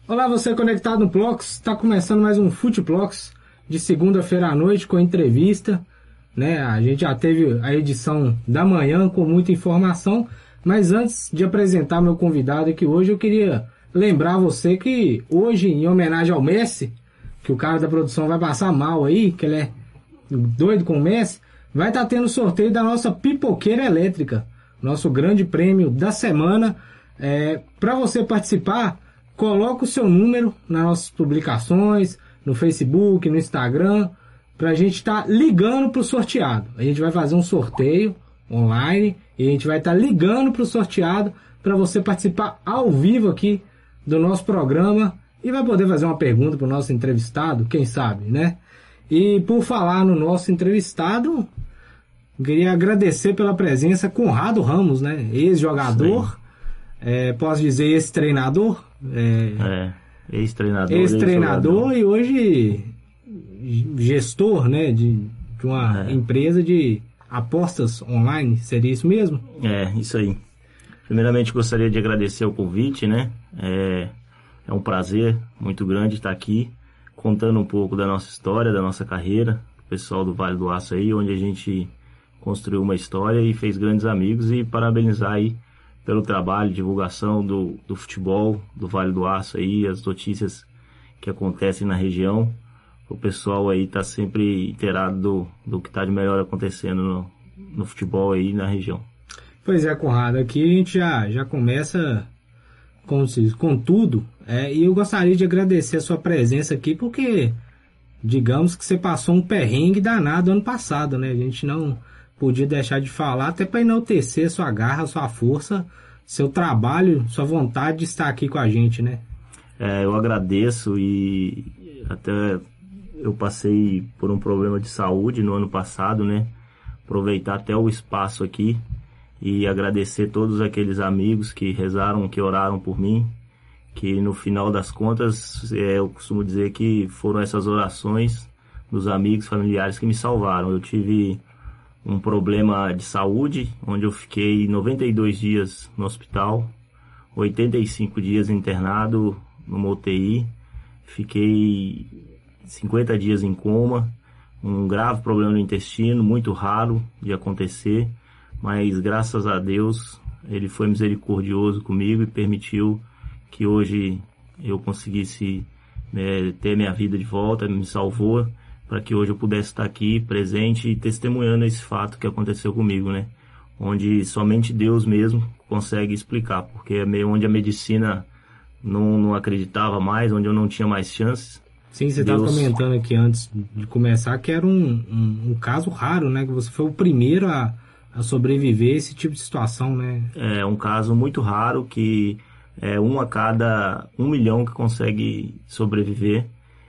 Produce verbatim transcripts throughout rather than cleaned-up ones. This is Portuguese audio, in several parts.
Olá, você conectado no Plox, está começando mais um Futeplox de segunda-feira à noite com entrevista, né? A gente já teve a edição da manhã com muita informação, mas antes de apresentar meu convidado aqui hoje, eu queria lembrar você que hoje, em homenagem ao Messi, que o cara da produção vai passar mal aí, que ele é doido com o Messi, vai estar tendo sorteio da nossa pipoqueira elétrica, nosso grande prêmio da semana. É, para você participar, coloca o seu número nas nossas publicações, no Facebook, no Instagram, para a gente estar tá ligando para o sorteado. A gente vai fazer um sorteio online e a gente vai estar tá ligando para o sorteado para você participar ao vivo aqui do nosso programa e vai poder fazer uma pergunta para o nosso entrevistado, quem sabe, né? E por falar no nosso entrevistado, queria agradecer pela presença Conrado Ramos, né? Ex-jogador, é, posso dizer ex-treinador. É, é ex-treinador. Ex-treinador e hoje gestor, né? De, de uma é. empresa de apostas online, seria isso mesmo? É, isso aí. Primeiramente gostaria de agradecer o convite, né? É, é um prazer muito grande estar aqui, contando um pouco da nossa história, da nossa carreira, o pessoal do Vale do Aço aí, onde a gente construiu uma história e fez grandes amigos, e parabenizar aí pelo trabalho, divulgação do, do futebol, do Vale do Aço aí, as notícias que acontecem na região. O pessoal aí tá sempre inteirado do, do que tá de melhor acontecendo no, no futebol aí na região. Pois é, Conrado, aqui a gente já, já começa com, com tudo, é, e eu gostaria de agradecer a sua presença aqui, porque digamos que você passou um perrengue danado ano passado, né? A gente não podia deixar de falar, até para enaltecer sua garra, sua força, seu trabalho, sua vontade de estar aqui com a gente, né? É, eu agradeço, e até eu passei por um problema de saúde no ano passado, né? Aproveitar até o espaço aqui e agradecer todos aqueles amigos que rezaram, que oraram por mim, que no final das contas, é, eu costumo dizer que foram essas orações dos amigos, familiares que me salvaram. Eu tive um problema de saúde, onde eu fiquei noventa e dois dias no hospital, oitenta e cinco dias internado numa U T I, fiquei cinquenta dias em coma, um grave problema no intestino, muito raro de acontecer, mas graças a Deus ele foi misericordioso comigo e permitiu que hoje eu conseguisse é, ter minha vida de volta, me salvou, para que hoje eu pudesse estar aqui presente e testemunhando esse fato que aconteceu comigo, né? Onde somente Deus mesmo consegue explicar, porque é meio onde a medicina não, não acreditava mais, onde eu não tinha mais chances. Sim, você estava Deus... comentando aqui antes de começar que era um, um, um caso raro, né? Que você foi o primeiro a, a sobreviver a esse tipo de situação, né? É um caso muito raro, que é um a cada um milhão que consegue sobreviver.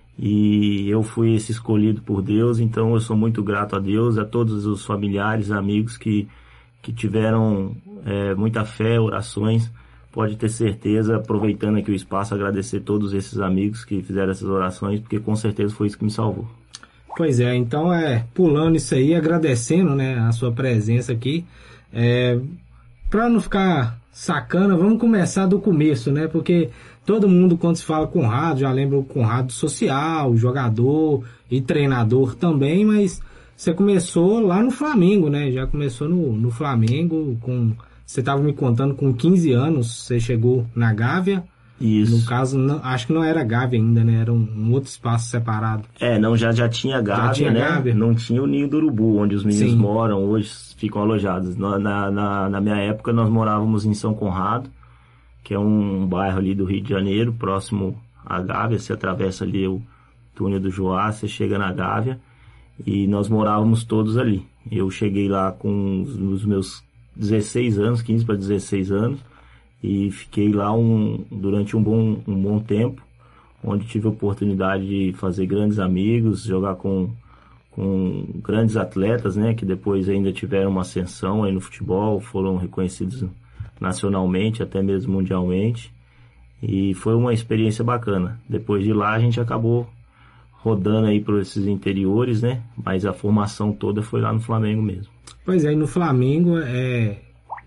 E eu fui esse escolhido por Deus, então eu sou muito grato a Deus, a todos os familiares, amigos que, que tiveram é, muita fé, orações. Pode ter certeza, aproveitando aqui o espaço, agradecer todos esses amigos que fizeram essas orações, porque com certeza foi isso que me salvou. Pois é, então é pulando isso aí, agradecendo, né, a sua presença aqui. É, para não ficar sacana, vamos começar do começo, né? Porque todo mundo, quando se fala Conrado, já lembra o Conrado social, jogador e treinador também, mas você começou lá no Flamengo, né? Já começou no, no Flamengo, com, você estava me contando, com quinze anos, você chegou na Gávea. Isso. No caso, não, acho que não era Gávea ainda, né? Era um, um outro espaço separado. É, não, já, já tinha Gávea, já tinha, né? Gávea. Não tinha o Ninho do Urubu, onde os meninos Sim. moram, hoje ficam alojados. Na, na, na minha época, nós morávamos em São Conrado, que é um bairro ali do Rio de Janeiro, próximo à Gávea. Você atravessa ali o túnel do Joá, você chega na Gávea, e nós morávamos todos ali. Eu cheguei lá com os, os meus dezesseis anos, quinze para dezesseis anos, e fiquei lá um, durante um bom, um bom tempo, onde tive a oportunidade de fazer grandes amigos, jogar com, com grandes atletas, né, que depois ainda tiveram uma ascensão aí no futebol, foram reconhecidos nacionalmente, até mesmo mundialmente, e foi uma experiência bacana. Depois de lá a gente acabou rodando aí por esses interiores, né, mas a formação toda foi lá no Flamengo mesmo. Pois é, e no Flamengo é...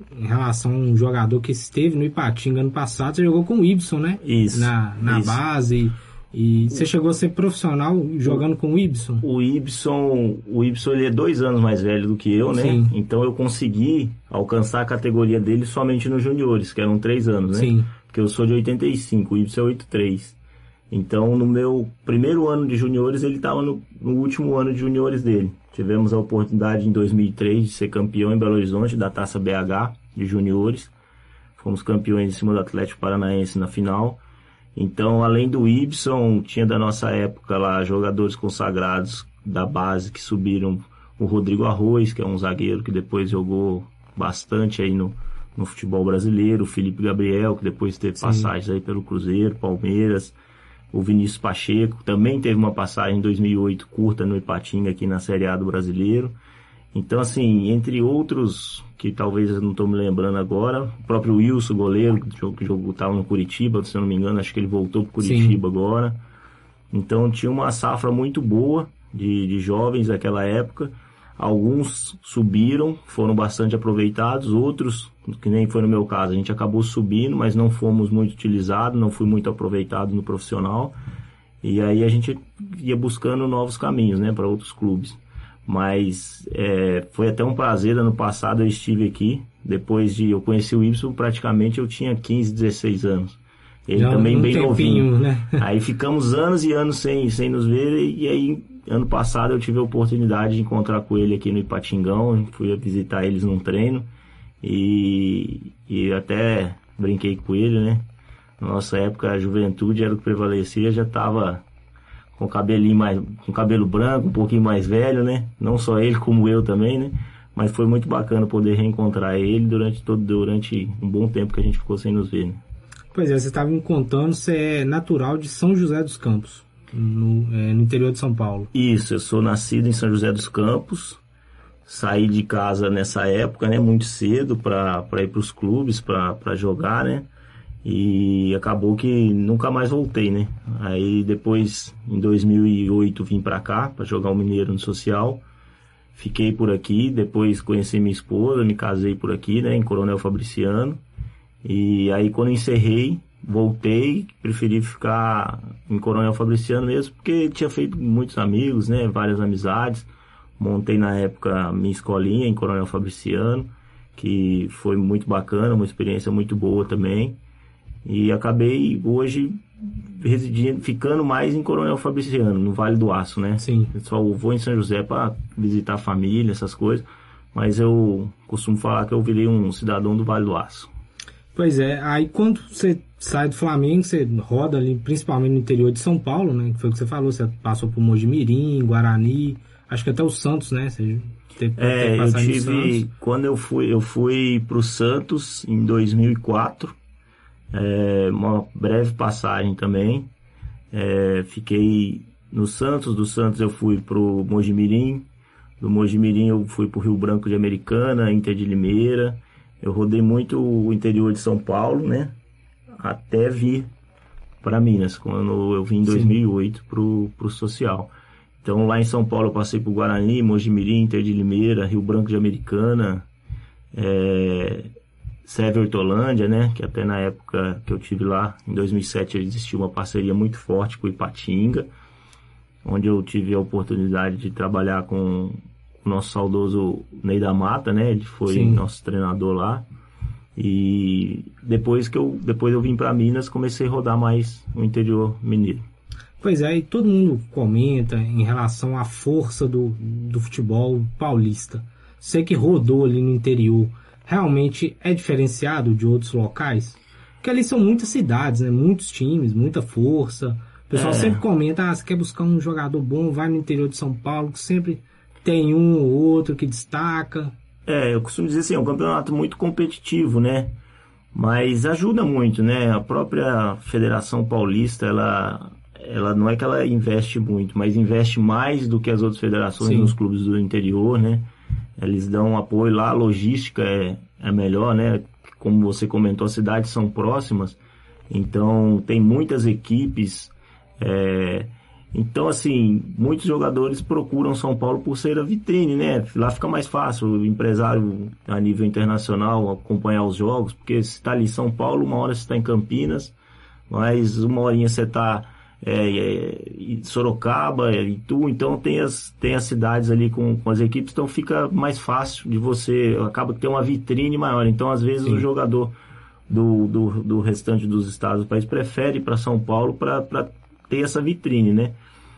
em relação a um jogador que esteve no Ipatinga ano passado, você jogou com o Ibson, né? Isso. Na, na isso. base. E você chegou a ser profissional jogando com o Ibson? O Ibson, o Ibson ele é dois anos mais velho do que eu, né? Sim. Então eu consegui alcançar a categoria dele somente nos juniores, que eram três anos, né? Sim. Porque eu sou de oitenta e cinco, o Ibson é oitenta e três. Então no meu primeiro ano de juniores, ele estava no, no último ano de juniores dele. Tivemos a oportunidade em dois mil e três de ser campeão em Belo Horizonte da Taça B H de juniores. Fomos campeões em cima do Atlético Paranaense na final. Então, além do Ibson, tinha da nossa época lá jogadores consagrados da base que subiram. O Rodrigo Arroz, que é um zagueiro que depois jogou bastante aí no, no futebol brasileiro. O Felipe Gabriel, que depois teve Sim. passagens aí pelo Cruzeiro, Palmeiras. O Vinícius Pacheco também teve uma passagem em dois mil e oito curta no Ipatinga aqui na Série A do Brasileiro. Então, assim, entre outros que talvez eu não estou me lembrando agora, o próprio Wilson, goleiro, que estava no Curitiba, se eu não me engano, acho que ele voltou para o Curitiba Sim. agora. Então, tinha uma safra muito boa de, de jovens daquela época. Alguns subiram, foram bastante aproveitados, outros, que nem foi no meu caso, a gente acabou subindo, mas não fomos muito utilizados, não fui muito aproveitado no profissional. E aí a gente ia buscando novos caminhos, né, para outros clubes. Mas é, foi até um prazer. Ano passado eu estive aqui, depois de eu conheci o Ibson, praticamente eu tinha quinze, dezesseis anos. Ele Já também um bem tempinho, novinho, né? Aí ficamos anos e anos sem, sem nos ver, e aí ano passado eu tive a oportunidade de encontrar com ele aqui no Ipatingão, fui visitar eles num treino, e, e até brinquei com ele, né? Na nossa época a juventude era o que prevalecia, já estava com cabelinho mais, com cabelo branco, um pouquinho mais velho, né? Não só ele, como eu também, né? Mas foi muito bacana poder reencontrar ele durante todo, durante um bom tempo que a gente ficou sem nos ver, né? Pois é, você estava me contando, você é natural de São José dos Campos, no, é, no interior de São Paulo. Isso, eu sou nascido em São José dos Campos, saí de casa nessa época, né? Muito cedo para ir para os clubes, para jogar, né? E acabou que nunca mais voltei, né? Aí depois, em dois mil e oito, vim pra cá para jogar o Mineiro no Social. Fiquei por aqui, depois conheci minha esposa, me casei por aqui, né? Em Coronel Fabriciano. E aí quando encerrei, voltei, preferi ficar em Coronel Fabriciano mesmo, porque tinha feito muitos amigos, né? Várias amizades. Montei na época minha escolinha em Coronel Fabriciano, que foi muito bacana, uma experiência muito boa também. E acabei hoje residindo, ficando mais em Coronel Fabriciano, no Vale do Aço, né? Sim. Eu só vou em São José para visitar a família, essas coisas, mas eu costumo falar que eu virei um cidadão do Vale do Aço. Pois é, aí quando você sai do Flamengo, você roda ali, principalmente no interior de São Paulo, né? Que foi o que você falou, você passou por Mojimirim, Guarani, acho que até o Santos, né? Você teve, é, eu tive, quando eu fui, eu fui pro Santos em dois mil e quatro. É, uma breve passagem também, é, fiquei no Santos, do Santos eu fui pro Mojimirim, do Mojimirim eu fui pro Rio Branco de Americana, Inter de Limeira, eu rodei muito o interior de São Paulo, né, até vir para Minas, quando eu vim em dois mil e oito pro, pro Social. Então lá em São Paulo eu passei por Guarani, Mojimirim, Inter de Limeira, Rio Branco de Americana, é... Sérvia Hortolândia, né, que até na época que eu tive lá, em dois mil e sete, existiu uma parceria muito forte com o Ipatinga, onde eu tive a oportunidade de trabalhar com o nosso saudoso Ney da Mata, né, ele foi Sim. nosso treinador lá, e depois que eu, depois eu vim para Minas, comecei a rodar mais no interior mineiro. Pois é, e todo mundo comenta em relação à força do, do futebol paulista. Você que rodou ali no interior, realmente é diferenciado de outros locais? Porque ali são muitas cidades, né? Muitos times, muita força. O pessoal é. sempre comenta, ah, você quer buscar um jogador bom, vai no interior de São Paulo, que sempre tem um ou outro que destaca. É, eu costumo dizer assim, é um campeonato muito competitivo, né? Mas ajuda muito, né? A própria Federação Paulista, ela, ela não é que ela investe muito, mas investe mais do que as outras federações Sim. nos clubes do interior, né? Eles dão apoio lá, a logística é, é melhor, né? Como você comentou, as cidades são próximas, então tem muitas equipes. É, Então, assim, muitos jogadores procuram São Paulo por ser a vitrine, né? Lá fica mais fácil o empresário a nível internacional acompanhar os jogos, porque se está ali em São Paulo, uma hora você está em Campinas, mas uma horinha você está é, é, em Sorocaba, Itu, então tem as, tem as cidades ali com, com as equipes, então fica mais fácil de você, acaba que tem uma vitrine maior. Então, às vezes, Sim. o jogador do, do, do restante dos estados do país prefere ir para São Paulo para ter essa vitrine, né?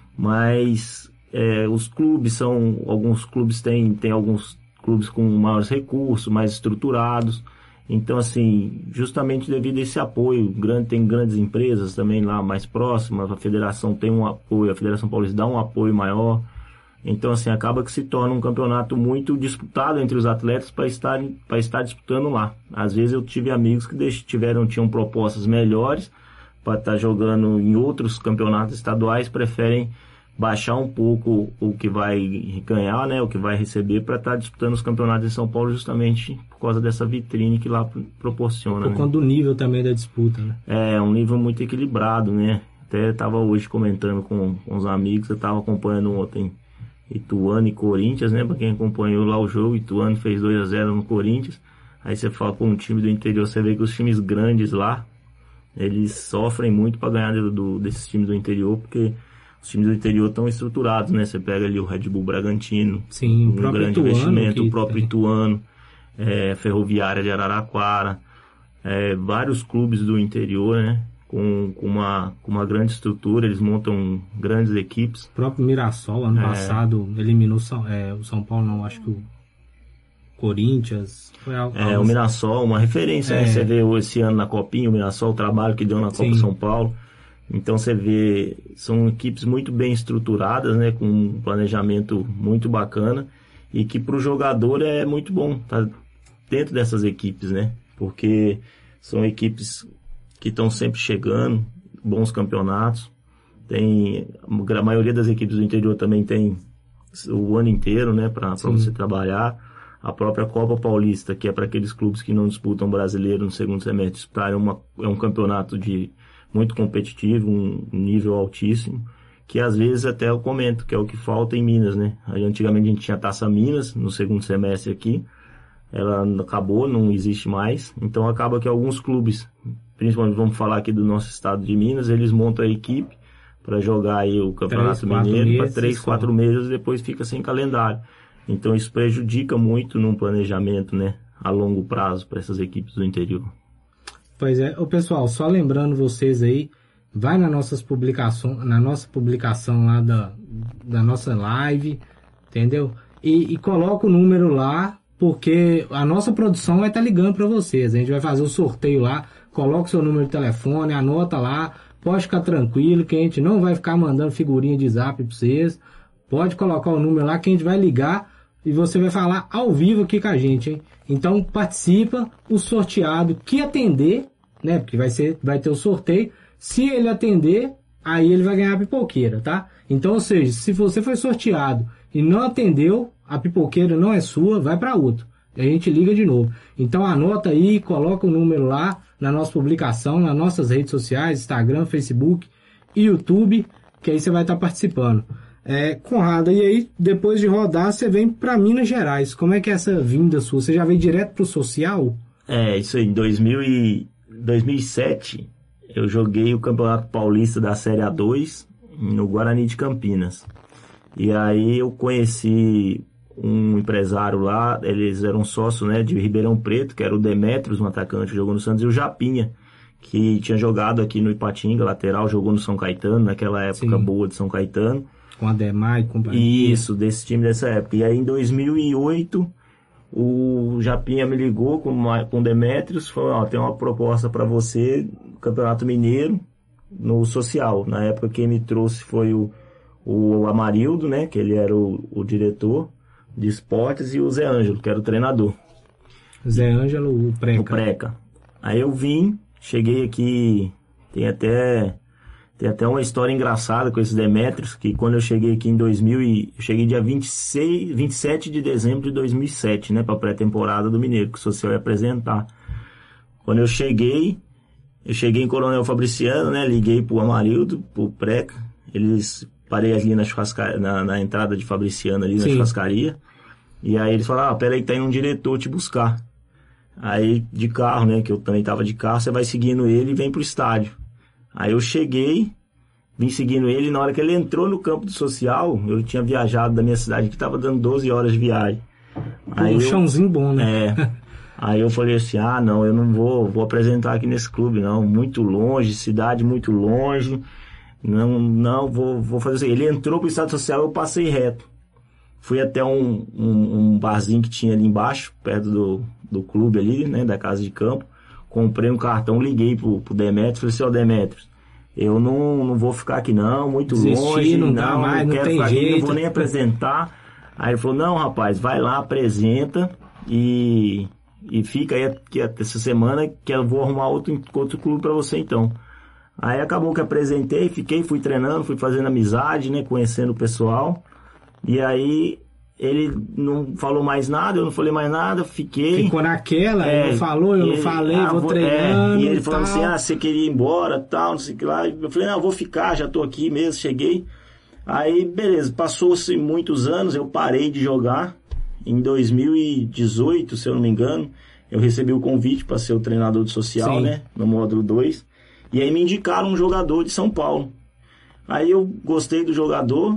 Mas é, os clubes são, alguns clubes têm, tem alguns clubes com maiores recursos, mais estruturados, então assim, justamente devido a esse apoio, grande, tem grandes empresas também lá mais próximas, a federação tem um apoio, a Federação Paulista dá um apoio maior, então assim, acaba que se torna um campeonato muito disputado entre os atletas para estar, para estar disputando lá. Às vezes eu tive amigos que tiveram, tinham propostas melhores para estar jogando em outros campeonatos estaduais, preferem baixar um pouco o que vai ganhar, né, o que vai receber, para estar disputando os campeonatos em São Paulo, justamente por causa dessa vitrine que lá proporciona. Por conta do nível também da disputa, né? É, um nível muito equilibrado, né? Até estava hoje comentando com, com os amigos, eu estava acompanhando ontem Ituano e Corinthians, né? Para quem acompanhou lá o jogo, Ituano fez dois a zero no Corinthians. Aí você fala com um time do interior, você vê que os times grandes lá, eles sofrem muito para ganhar do, do, desses times do interior, porque os times do interior estão estruturados, né? Você pega ali o Red Bull Bragantino, Sim, um o próprio grande Ituano, investimento, o próprio tem. Ituano, é, Ferroviária de Araraquara, é, vários clubes do interior, né? Com, com, uma, com uma grande estrutura, eles montam grandes equipes. O próprio Mirassol, ano é. passado, eliminou São, é, o São Paulo, não, acho que o Corinthians. Foi algo, é, o Mirassol, uma referência, é. né? Você vê esse ano na Copinha, o Mirassol, o trabalho que deu na Copa Sim. São Paulo. Então você vê, são equipes muito bem estruturadas, né? Com um planejamento muito bacana e que para o jogador é muito bom estar dentro dessas equipes, né? Porque são equipes que estão sempre chegando, bons campeonatos. Tem, a maioria das equipes do interior também tem o ano inteiro, né? Para você trabalhar. A própria Copa Paulista, que é para aqueles clubes que não disputam brasileiro no segundo semestre, disputar é, uma, é um campeonato de, muito competitivo, um nível altíssimo, que às vezes até eu comento, que é o que falta em Minas, né? Aí, antigamente a gente tinha Taça Minas no segundo semestre aqui, ela acabou, não existe mais, então acaba que alguns clubes, principalmente vamos falar aqui do nosso estado de Minas, eles montam a equipe para jogar aí o Campeonato Mineiro para três, quatro meses e depois fica sem calendário. Então isso prejudica muito no planejamento, né, a longo prazo para essas equipes do interior. Pois é, o pessoal, só lembrando vocês aí, vai nas nossas publicações, na nossa publicação lá da, da nossa live, entendeu? E, e coloca o número lá, porque a nossa produção vai estar ligando para vocês. A gente vai fazer o sorteio lá, coloca o seu número de telefone, anota lá, pode ficar tranquilo que a gente não vai ficar mandando figurinha de zap para vocês. Pode colocar o número lá que a gente vai ligar e você vai falar ao vivo aqui com a gente, hein? Então participa, o sorteado que atender, né? Porque vai ser, vai ter o sorteio. Se ele atender, aí ele vai ganhar a pipoqueira, tá? Então, ou seja, se você foi sorteado e não atendeu, a pipoqueira não é sua, vai para outro. E a gente liga de novo. Então anota aí, coloca o número lá na nossa publicação, nas nossas redes sociais, Instagram, Facebook e YouTube, que aí você vai estar participando. É, Conrado, e aí depois de rodar você vem para Minas Gerais. Como é que é essa vinda sua? Você já veio direto pro social? É, isso aí, em dois mil e sete eu joguei o Campeonato Paulista da Série A dois no Guarani de Campinas. E aí eu conheci um empresário lá, eles eram sócios, né, de Ribeirão Preto, que era o Demetrios, um atacante que jogou no Santos, e o Japinha, que tinha jogado aqui no Ipatinga, lateral, jogou no São Caetano, naquela época Sim. boa de São Caetano. Com Ademar e companhia. Isso, desse time dessa época. E aí em dois mil e oito o Japinha me ligou com, com o Demetrios, falou, ó, tem uma proposta para você, Campeonato Mineiro, no social. Na época quem me trouxe foi o, o Amarildo, né, que ele era o, o diretor de esportes, e o Zé Ângelo, que era o treinador. Zé Ângelo, o Preca. O Preca. Aí eu vim, cheguei aqui, tem até... Tem até uma história engraçada com esses Demetrios, que quando eu cheguei aqui em dois mil, e, eu cheguei dia vinte e seis, vinte e sete de dezembro de dois mil e sete, né, para a pré-temporada do Mineiro, que o social ia apresentar. Quando eu cheguei, eu cheguei em Coronel Fabriciano, né, liguei pro Amarildo, pro Preca, eles parei ali na, churrasca... na, na entrada de Fabriciano, ali na Sim. churrascaria. E aí eles falaram, ah, peraí que tá indo um diretor te buscar. Aí, de carro, né, que eu também tava de carro, você vai seguindo ele e vem pro estádio. Aí eu cheguei, vim seguindo ele, e na hora que ele entrou no campo do social, eu tinha viajado da minha cidade, que tava dando doze horas de viagem. Aí um eu, chãozinho bom, né? É. Aí eu falei assim, ah, não, eu não vou, vou apresentar aqui nesse clube, não. Muito longe, cidade muito longe. Não, não, vou, vou fazer isso. Ele entrou pro estado social, eu passei reto. Fui até um, um, um barzinho que tinha ali embaixo, perto do, do clube ali, né, da casa de campo. Comprei um cartão, liguei pro, pro Demetrios, falei assim, ó, Demetrios, eu não, não vou ficar aqui não, muito Desistir, longe, não não, dá mais, não não quero tem ficar aqui, jeito. não vou nem apresentar. Aí ele falou, não, rapaz, vai lá, apresenta e, e fica aí aqui essa semana que eu vou arrumar outro, outro clube pra você então. Aí acabou que apresentei, fiquei, fui treinando, fui fazendo amizade, né, conhecendo o pessoal. E aí ele não falou mais nada, eu não falei mais nada, fiquei... Ficou naquela, É, ele não falou, eu ele, não falei, ah, vou treinando é, e ele e falou tal. assim, ah, você queria ir embora, tal, não sei o que lá. Eu falei, não, eu vou ficar, já tô aqui mesmo, cheguei. Aí, beleza, passou-se muitos anos, eu parei de jogar. Em dois mil e dezoito, se eu não me engano, eu recebi o convite para ser o treinador de social, Sim. né, no módulo dois. E aí me indicaram um jogador de São Paulo. Aí eu gostei do jogador,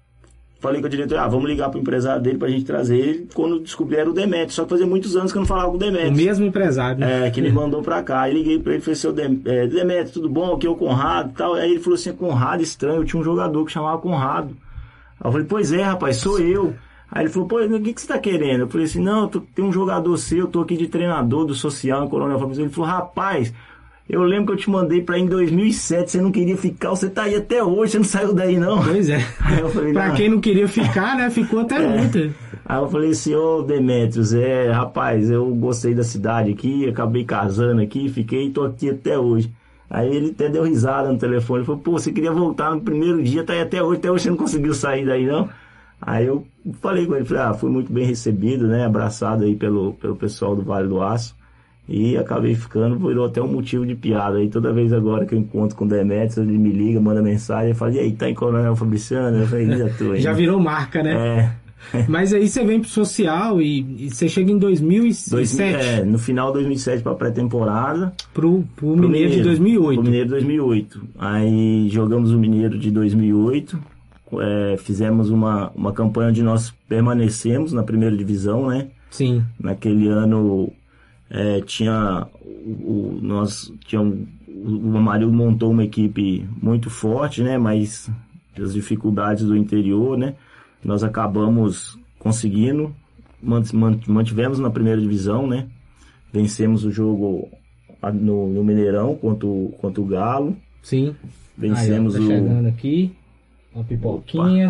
falei com a diretora, ah, vamos ligar pro empresário dele pra gente trazer ele. Quando descobri era o Demetrios, só que fazia muitos anos que eu não falava com o Demetrios. O mesmo empresário, né? É, que me mandou pra cá. Aí liguei pra ele e falei, seu Dem- é, Demetrios, tudo bom? Aqui é o Conrado e tal. Aí ele falou assim, Conrado, estranho, eu tinha um jogador que chamava Conrado. Aí eu falei, pois é, rapaz, sou eu. Aí ele falou, pô, o que, que você tá querendo? Eu falei assim, não, eu tô, tem um jogador seu, eu tô aqui de treinador do social em Coronel Fabrício. Ele falou, rapaz, eu lembro que eu te mandei pra ir em dois mil e sete, você não queria ficar, você tá aí até hoje, você não saiu daí não. Pois é. Aí eu falei, Pra não. quem não queria ficar, né? Ficou até É. muito. Aí eu falei assim, ô Demetrios, é, rapaz, eu gostei da cidade aqui, acabei casando aqui, fiquei e tô aqui até hoje. Aí ele até deu risada no telefone, ele falou, pô, você queria voltar no primeiro dia, tá aí até hoje, até hoje você não conseguiu sair daí não. Aí eu falei com ele, falei, ah, fui muito bem recebido, né, abraçado aí pelo, pelo pessoal do Vale do Aço. E acabei ficando, virou até um motivo de piada. Aí toda vez agora que eu encontro com o Demetrios, ele me liga, manda mensagem, eu falo, e aí, tá em Coronel Fabriciano? Eu falei, já tô aí. Já virou marca, né? É. Mas aí você vem pro social e, e você chega em dois mil e sete É, no final de dois mil e sete pra pré-temporada. pro, pro pro Mineiro de dois mil e oito. Pro Mineiro de dois mil e oito. Aí jogamos o Mineiro de dois mil e oito. É, fizemos uma, uma campanha onde nós permanecemos na primeira divisão, né? Sim. Naquele ano é, tinha o, o, nós tinha um, o Amarildo montou uma equipe muito forte, né? Mas as dificuldades do interior, né? Nós acabamos conseguindo, mantivemos na primeira divisão, né? Vencemos o jogo no, no Mineirão contra o, contra o Galo. Sim. Vencemos aí, ó, tá o... chegando aqui. Uma pipoquinha.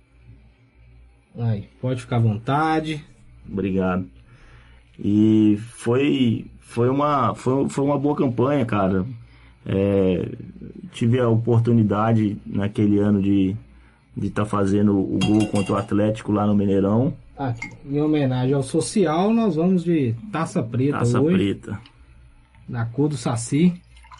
Aí, pode ficar à vontade. Obrigado. E foi, foi, uma, foi, foi uma boa campanha, cara. É, tive a oportunidade naquele ano de de estar tá fazendo o gol contra o Atlético lá no Mineirão. Aqui, em homenagem ao social, nós vamos de taça preta Taça hoje. preta. Na cor do Saci.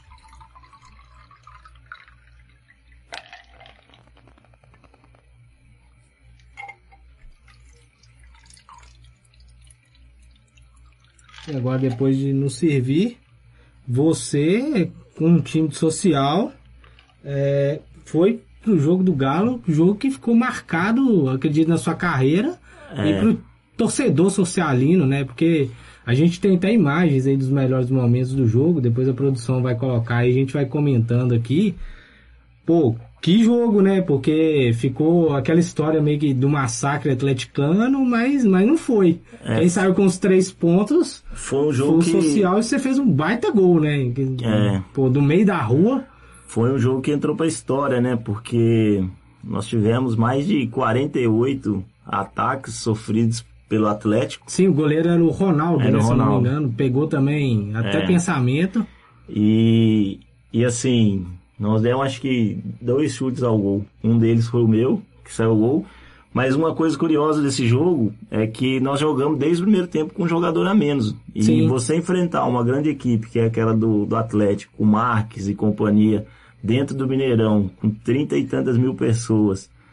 E agora, depois de nos servir, você, com um time de social, é, foi pro jogo do Galo, jogo que ficou marcado, acredito, na sua carreira, É. e pro torcedor socialino, né? Porque a gente tem até imagens aí dos melhores momentos do jogo, depois a produção vai colocar e a gente vai comentando aqui. Pô, que jogo, né? Porque ficou aquela história meio que do massacre atleticano, mas, mas não foi. É. Quem saiu com os três pontos Foi um jogo foi o que... social e você fez um baita gol, né? É. Pô, do meio da rua. Foi um jogo que entrou pra história, né? Porque nós tivemos mais de quarenta e oito ataques sofridos pelo Atlético. Sim, o goleiro era o Ronaldo, Era né, o se eu não me Ronaldo. engano. Pegou também até É. pensamento. E, e assim, nós demos acho que dois chutes ao gol. Um deles foi o meu, que saiu o gol. Mas uma coisa curiosa desse jogo é que nós jogamos desde o primeiro tempo com um jogador a menos. E Sim. você enfrentar uma grande equipe, que é aquela do, do Atlético, o Marques e companhia, dentro do Mineirão, com trinta e tantas mil pessoas,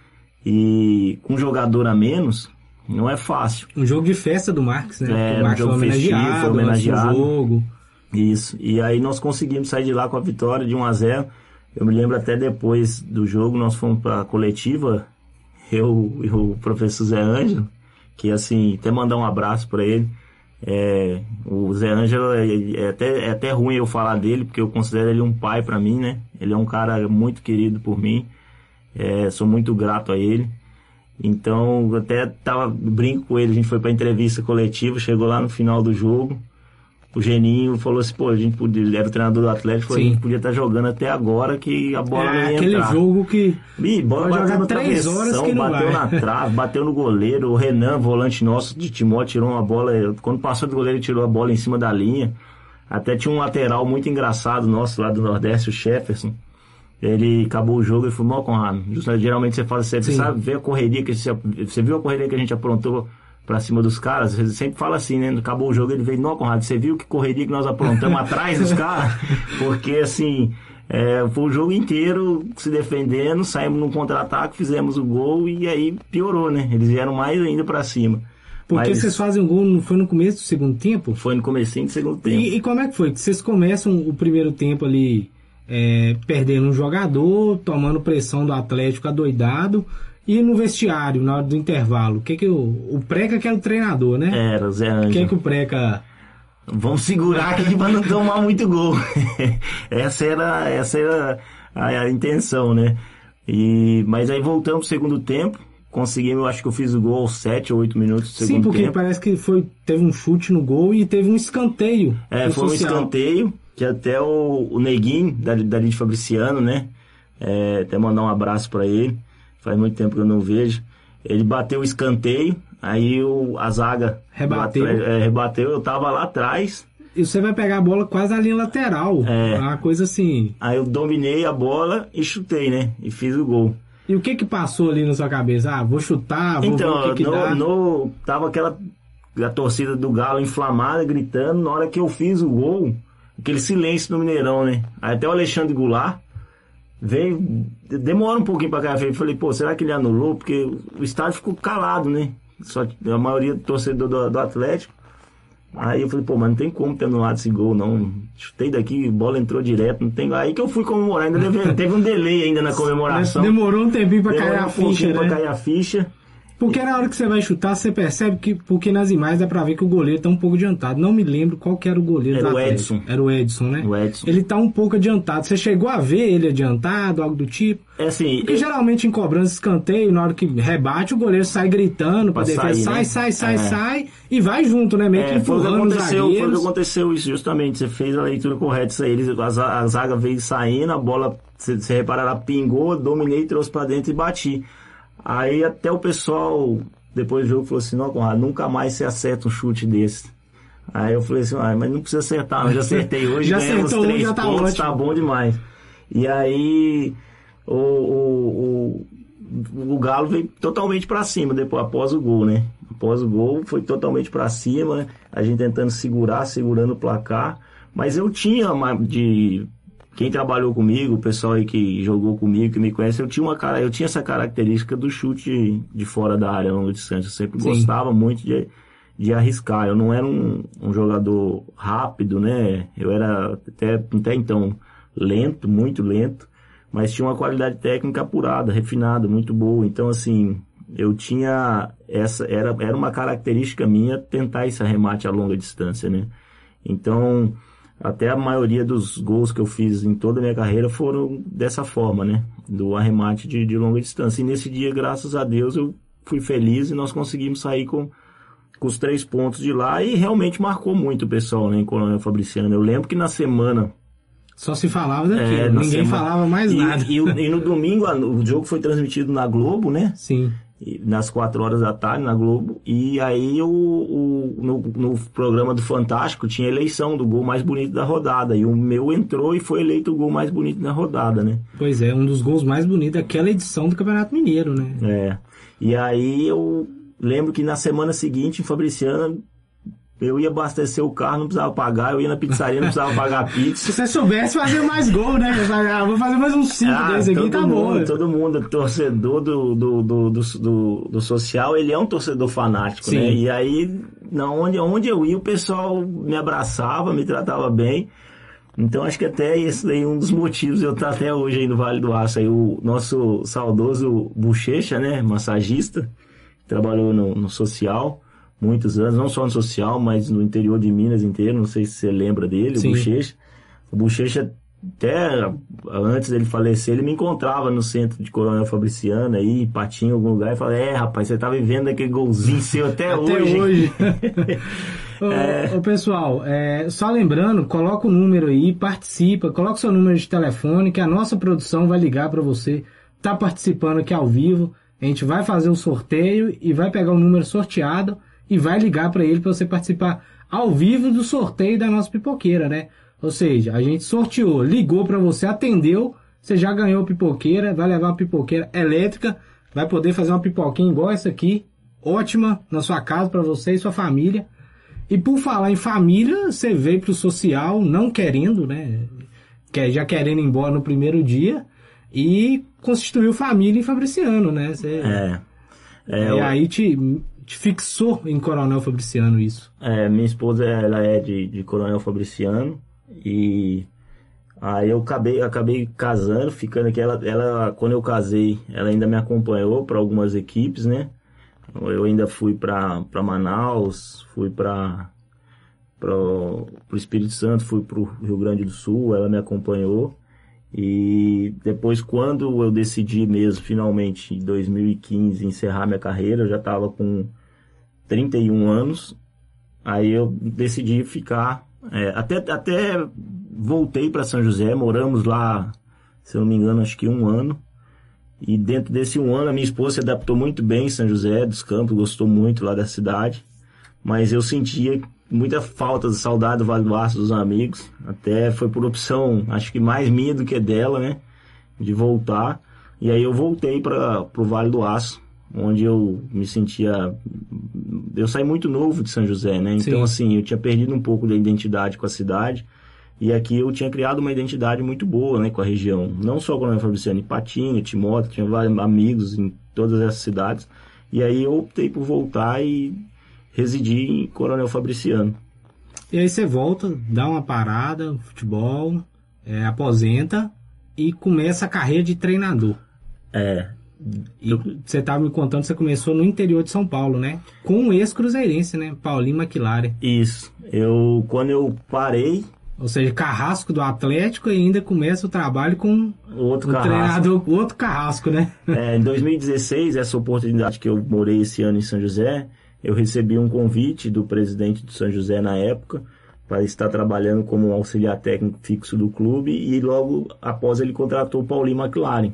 E com um jogador a menos, não é fácil. Um jogo de festa do Marques, né? É, o Marques um jogo foi homenageado, festivo, foi homenageado. Jogo. Isso. E aí nós conseguimos sair de lá com a vitória de um a zero. Eu me lembro até depois do jogo, nós fomos para a coletiva, eu e o professor Zé Ângelo, que assim, até mandar um abraço para ele. É, o Zé Ângelo é, é, até, é até ruim eu falar dele, porque eu considero ele um pai para mim, né? Ele é um cara muito querido por mim, é, sou muito grato a ele. Então, eu até tava, brinco com ele, a gente foi pra entrevista coletiva, chegou lá no final do jogo, o Geninho falou assim, pô, a gente podia, ele era o treinador do Atlético, falou, a gente podia estar jogando até agora que a bola é, não ia aquele entrar. jogo que... Ih, bola bateu no travessão, bateu vai. na trave, bateu no goleiro, o Renan, volante nosso de Timó, tirou uma bola, quando passou do goleiro ele tirou a bola em cima da linha. Até tinha um lateral muito engraçado nosso lá do Nordeste, o Jefferson. Ele acabou o jogo e falou, mal, Conrado, geralmente você fala, você Sim. sabe ver a correria que você, você viu a correria que a gente aprontou pra cima dos caras? Você sempre fala assim, né? Acabou o jogo, ele veio, não, Conrado, você viu que correria que nós aprontamos atrás dos caras? Porque assim, é, foi o jogo inteiro se defendendo, saímos num contra-ataque, fizemos o gol e aí piorou, né? Eles vieram mais ainda pra cima. Porque Mas vocês fazem o gol, não foi no começo do segundo tempo? Foi no comecinho do segundo tempo. E, e como é que foi? Vocês começam o primeiro tempo ali... É, perdendo um jogador, tomando pressão do Atlético adoidado, e no vestiário, na hora do intervalo, o que que o, o Preca que era o treinador, né? Era, o Zé Ângelo. O que que o Preca... Vamos segurar aqui para não tomar muito gol. essa era, essa era a, a intenção, né? E, mas aí voltamos pro segundo tempo, conseguimos, eu acho que eu fiz o gol aos sete ou oito minutos do segundo tempo. Sim, porque tempo. parece que foi, teve um chute no gol e teve um escanteio. É, foi um escanteio. Que até o, o Neguinho, da, da Lide Fabriciano, né? É, até mandar um abraço pra ele. Faz muito tempo que eu não vejo. Ele bateu o escanteio, aí o, a zaga rebateu. Bateu, é, rebateu, eu tava lá atrás. E você vai pegar a bola quase na linha lateral. É. Uma coisa assim. Aí eu dominei a bola e chutei, né? E fiz o gol. E o que que passou ali na sua cabeça? Ah, vou chutar, vou então, ver o que que no, dá. No, tava aquela a torcida do Galo inflamada, gritando. Na hora que eu fiz o gol... Aquele silêncio no Mineirão, né? Aí até o Alexandre Goulart veio, demora um pouquinho pra cá. Eu falei, pô, será que ele anulou? Porque o estádio ficou calado, né? Só a maioria do torcedor do, do Atlético. Aí eu falei, pô, mas não tem como ter anulado esse gol, não. Chutei daqui, a bola entrou direto, não tem. Aí que eu fui comemorar, ainda deve, teve um delay ainda na comemoração. Demorou um tempinho pra Demorou cair a um ficha, né? pra cair a ficha. Porque na hora que você vai chutar, você percebe que, porque nas imagens dá pra ver que o goleiro tá um pouco adiantado. Não me lembro qual que era o goleiro era do o Atlético. Edson. Era o Edson, né? O Edson. Ele tá um pouco adiantado. Você chegou a ver ele adiantado, algo do tipo? É assim... Porque eu... geralmente em cobrança escanteio, na hora que rebate, o goleiro sai gritando pra, pra defesa. Sair, sai, né? sai, sai, é. sai, e vai junto, né? Meio é, que empurrando os zagueiros. Foi o que aconteceu isso, justamente. Você fez a leitura correta, isso aí. Eles, a, a zaga veio saindo, a bola, você, você reparar, ela pingou, dominei, trouxe pra dentro e bati. Aí até o pessoal... Depois do jogo falou assim, não, Conrado, nunca mais você acerta um chute desse. Aí eu falei assim, ah, mas não precisa acertar, eu já acertei hoje, já ganhamos acertou, três já tá pontos, ótimo. Tá bom demais. E aí o, o, o, o Galo veio totalmente pra cima depois, após o gol, né? Após o gol foi totalmente pra cima, né? A gente tentando segurar, segurando o placar. Mas eu tinha uma de... Quem trabalhou comigo, o pessoal aí que jogou comigo, que me conhece, eu tinha, uma, eu tinha essa característica do chute de fora da área, longa distância. Eu sempre Sim. gostava muito de, de arriscar. Eu não era um, um jogador rápido, né? Eu era até, até então lento, muito lento, mas tinha uma qualidade técnica apurada, refinada, muito boa. Então, assim, eu tinha essa, era, era uma característica minha tentar esse arremate a longa distância, né? Então... Até a maioria dos gols que eu fiz em toda a minha carreira foram dessa forma, né? Do arremate de, de longa distância. E nesse dia, graças a Deus, eu fui feliz e nós conseguimos sair com, com os três pontos de lá. E realmente marcou muito o pessoal, né? Em Coronel Fabriciano. Eu lembro que na semana... Só se falava daquilo, é, ninguém semana, falava mais e, nada. E, e no domingo, o jogo foi transmitido na Globo, né? Sim. Nas quatro horas da tarde na Globo, e aí o, o, no, no programa do Fantástico tinha eleição do gol mais bonito da rodada, e o meu entrou e foi eleito o gol mais bonito da rodada, né? Pois é, um dos gols mais bonitos daquela edição do Campeonato Mineiro, né? É, e aí eu lembro que na semana seguinte em Fabriciana eu ia abastecer o carro, não precisava pagar, eu ia na pizzaria, não precisava pagar pizza. Se você soubesse fazer mais gol, né? Ah, vou fazer mais uns cinco ah, desse aqui, tá mundo, bom. Todo mundo, torcedor do, do, do, do, do, do social, ele é um torcedor fanático, Sim. né? E aí, na onde, onde eu ia, o pessoal me abraçava, me tratava bem. Então acho que até esse daí é um dos motivos eu estar até hoje aí no Vale do Aço. Aí o nosso saudoso Bochecha, né? Massagista, trabalhou no, no social muitos anos, não só no social, mas no interior de Minas inteiro, não sei se você lembra dele, Sim. o Bochecha. O Bochecha, até antes dele falecer, ele me encontrava no centro de Coronel Fabriciano, aí, Patinho, em algum lugar, e falava, é, rapaz, você tá vivendo aquele golzinho seu até, até hoje. hoje. ô, é... ô, pessoal, é, só lembrando, coloca o número aí, participa, coloca o seu número de telefone, que a nossa produção vai ligar para você, tá participando aqui ao vivo, a gente vai fazer o sorteio e vai pegar o número sorteado e vai ligar para ele para você participar ao vivo do sorteio da nossa pipoqueira, né? Ou seja, a gente sorteou, ligou para você, atendeu, você já ganhou a pipoqueira, vai levar uma pipoqueira elétrica, vai poder fazer uma pipoquinha igual essa aqui, ótima, na sua casa para você e sua família. E por falar em família, você veio pro social não querendo, né? Já querendo ir embora no primeiro dia e constituiu família em Fabriciano, né? Você... É. é e eu... aí te... te fixou em Coronel Fabriciano isso? É, minha esposa, ela é de, de Coronel Fabriciano e aí eu acabei, acabei casando, ficando aqui, ela, ela, quando eu casei, ela ainda me acompanhou para algumas equipes, né? Eu ainda fui para Manaus, fui para o Espírito Santo, fui para o Rio Grande do Sul, ela me acompanhou e depois quando eu decidi mesmo, finalmente, em dois mil e quinze, encerrar minha carreira, eu já estava com trinta e um anos, aí eu decidi ficar, é, até, até voltei para São José, moramos lá, se eu não me engano, acho que um ano, e dentro desse um ano a minha esposa se adaptou muito bem em São José dos Campos, gostou muito lá da cidade, mas eu sentia muita falta, de saudade do Vale do Aço, dos amigos, até foi por opção, acho que mais minha do que dela, né, de voltar, e aí eu voltei para o Vale do Aço, onde eu me sentia, eu saí muito novo de São José, né, então Sim. assim, eu tinha perdido um pouco da identidade com a cidade, e aqui eu tinha criado uma identidade muito boa, né, com a região, não só com a Fabriciano, Ipatinga, Timóteo, tinha vários amigos em todas essas cidades, e aí eu optei por voltar e residir em Coronel Fabriciano. E aí você volta, dá uma parada, futebol, é, aposenta e começa a carreira de treinador. É. E eu... você estava me contando que você começou no interior de São Paulo, né? Com um ex-cruzeirense, né? Paulinho McLaren. Isso. Eu, quando eu parei... Ou seja, carrasco do Atlético e ainda começa o trabalho com outro o carrasco. treinador, outro carrasco, né? É, em dois mil e dezesseis, essa oportunidade que eu morei esse ano em São José, eu recebi um convite do presidente do São José na época para estar trabalhando como um auxiliar técnico fixo do clube e logo após ele contratou o Paulinho McLaren.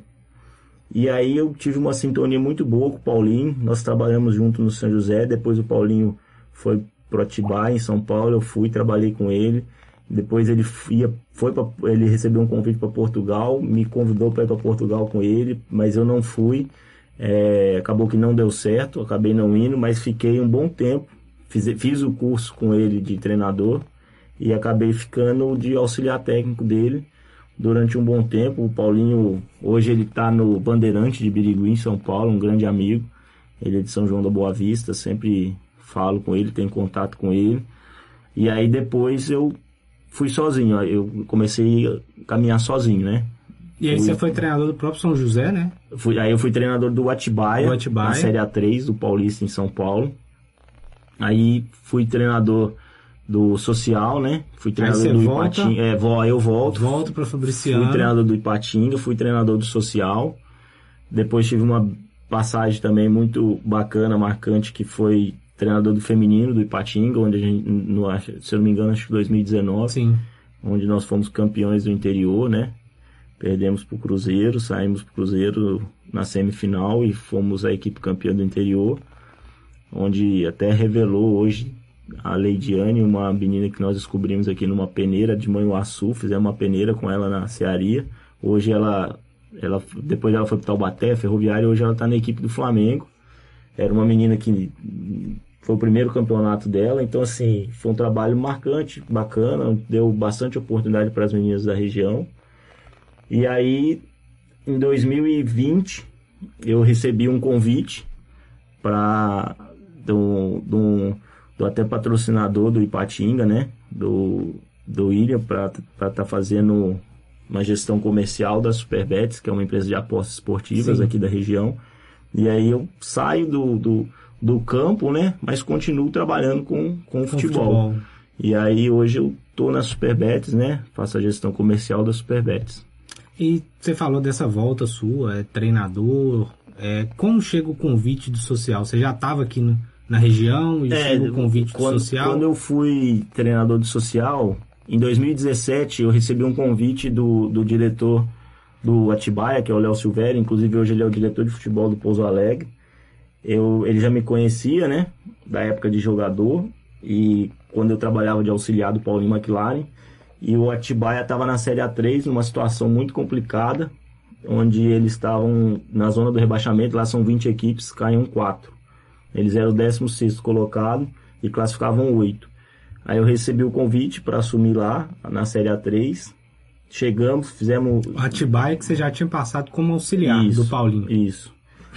E aí eu tive uma sintonia muito boa com o Paulinho, nós trabalhamos junto no São José, depois o Paulinho foi para Atibaia, em São Paulo, eu fui, trabalhei com ele, depois ele, ia, foi pra, ele recebeu um convite para Portugal, me convidou para ir para Portugal com ele, mas eu não fui, é, acabou que não deu certo, acabei não indo, mas fiquei um bom tempo, fiz, fiz o curso com ele de treinador e acabei ficando de auxiliar técnico dele durante um bom tempo. O Paulinho, hoje ele está no Bandeirante de Birigui, em São Paulo, um grande amigo, ele é de São João da Boa Vista, sempre falo com ele, tenho contato com ele, e aí depois eu fui sozinho, eu comecei a caminhar sozinho, né? E aí fui, você foi treinador do próprio São José, né? Fui, aí eu fui treinador do Atibaia, do Atibaia, na Série A três, do Paulista em São Paulo. Aí fui treinador do Social, né? Fui treinador do volta, Ipatinga. É, vou, eu volto. Volto para Fabriciano. Fui treinador do Ipatinga, fui treinador do Social. Depois tive uma passagem também muito bacana, marcante, que foi treinador do feminino do Ipatinga, onde a gente, no, se eu não me engano, acho que dois mil e dezenove, Sim. onde nós fomos campeões do interior, né? Perdemos pro Cruzeiro, saímos pro Cruzeiro na semifinal e fomos a equipe campeã do interior, onde até revelou hoje a Leidiane, uma menina que nós descobrimos aqui numa peneira de Manhuaçu, fizemos uma peneira com ela na Cearia. Hoje ela, ela depois ela foi pro Taubaté, Ferroviária, hoje ela tá na equipe do Flamengo. Era uma menina que foi o primeiro campeonato dela, então assim, foi um trabalho marcante, bacana, deu bastante oportunidade para as meninas da região. E aí, em dois mil e vinte, eu recebi um convite para do, do, do até patrocinador do Ipatinga, né, do, do William, para estar tá fazendo uma gestão comercial da Superbets, que é uma empresa de apostas esportivas, sim, aqui da região. E aí eu saio do, do, do campo, né, mas continuo trabalhando com, com, com futebol. futebol. E aí hoje eu tô na Superbets, né, faço a gestão comercial da Superbets. E você falou dessa volta sua, é treinador, é, como chega o convite do social? Você já estava aqui no, na região e é, chega o convite quando, do social? Quando eu fui treinador de social, em dois mil e dezessete eu recebi um convite do, do diretor do Atibaia, que é o Léo Silvério, inclusive hoje ele é o diretor de futebol do Pouso Alegre. Eu, ele já me conhecia, né, da época de jogador, e quando eu trabalhava de auxiliar do Paulinho McLaren. E o Atibaia estava na Série A três, numa situação muito complicada, onde eles estavam na zona do rebaixamento, lá são vinte equipes, caíam quatro. Eles eram o décimo sexto colocado e classificavam oito. Aí eu recebi o convite para assumir lá, na Série A três. Chegamos, fizemos... O Atibaia que você já tinha passado como auxiliar isso, do Paulinho. Isso.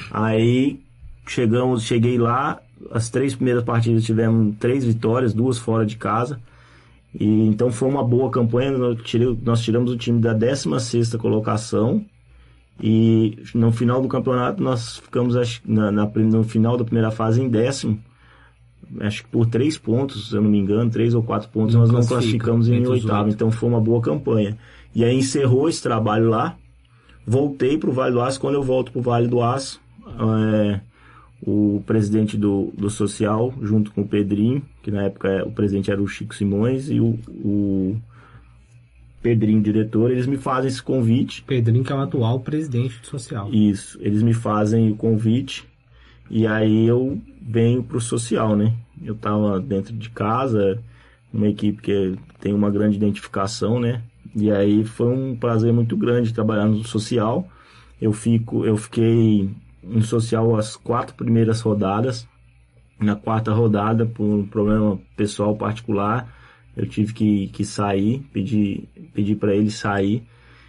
Aí chegamos, cheguei lá, as três primeiras partidas tivemos três vitórias, duas fora de casa. E então foi uma boa campanha. Nós tiramos o time da décima sexta colocação e no final do campeonato nós ficamos acho, na, na, no final da primeira fase em décimo, acho que por três pontos, se eu não me engano, três ou quatro pontos, não nós não classificamos em oitavo. Então foi uma boa campanha. E aí encerrou esse trabalho lá, voltei para o Vale do Aço. Quando eu volto para o Vale do Aço, é, o presidente do, do Social, junto com o Pedrinho, que na época o presidente era o Chico Simões, e o, o Pedrinho, diretor, eles me fazem esse convite. Pedrinho, que é o atual presidente do Social. Isso, eles me fazem o convite, e aí eu venho pro Social, né? Eu tava dentro de casa, uma equipe que tem uma grande identificação, né? E aí foi um prazer muito grande trabalhar no Social. Eu, fico, eu fiquei... no Social as quatro primeiras rodadas. Na quarta rodada, por um problema pessoal particular, eu tive que, que sair, pedi, pedi para ele sair,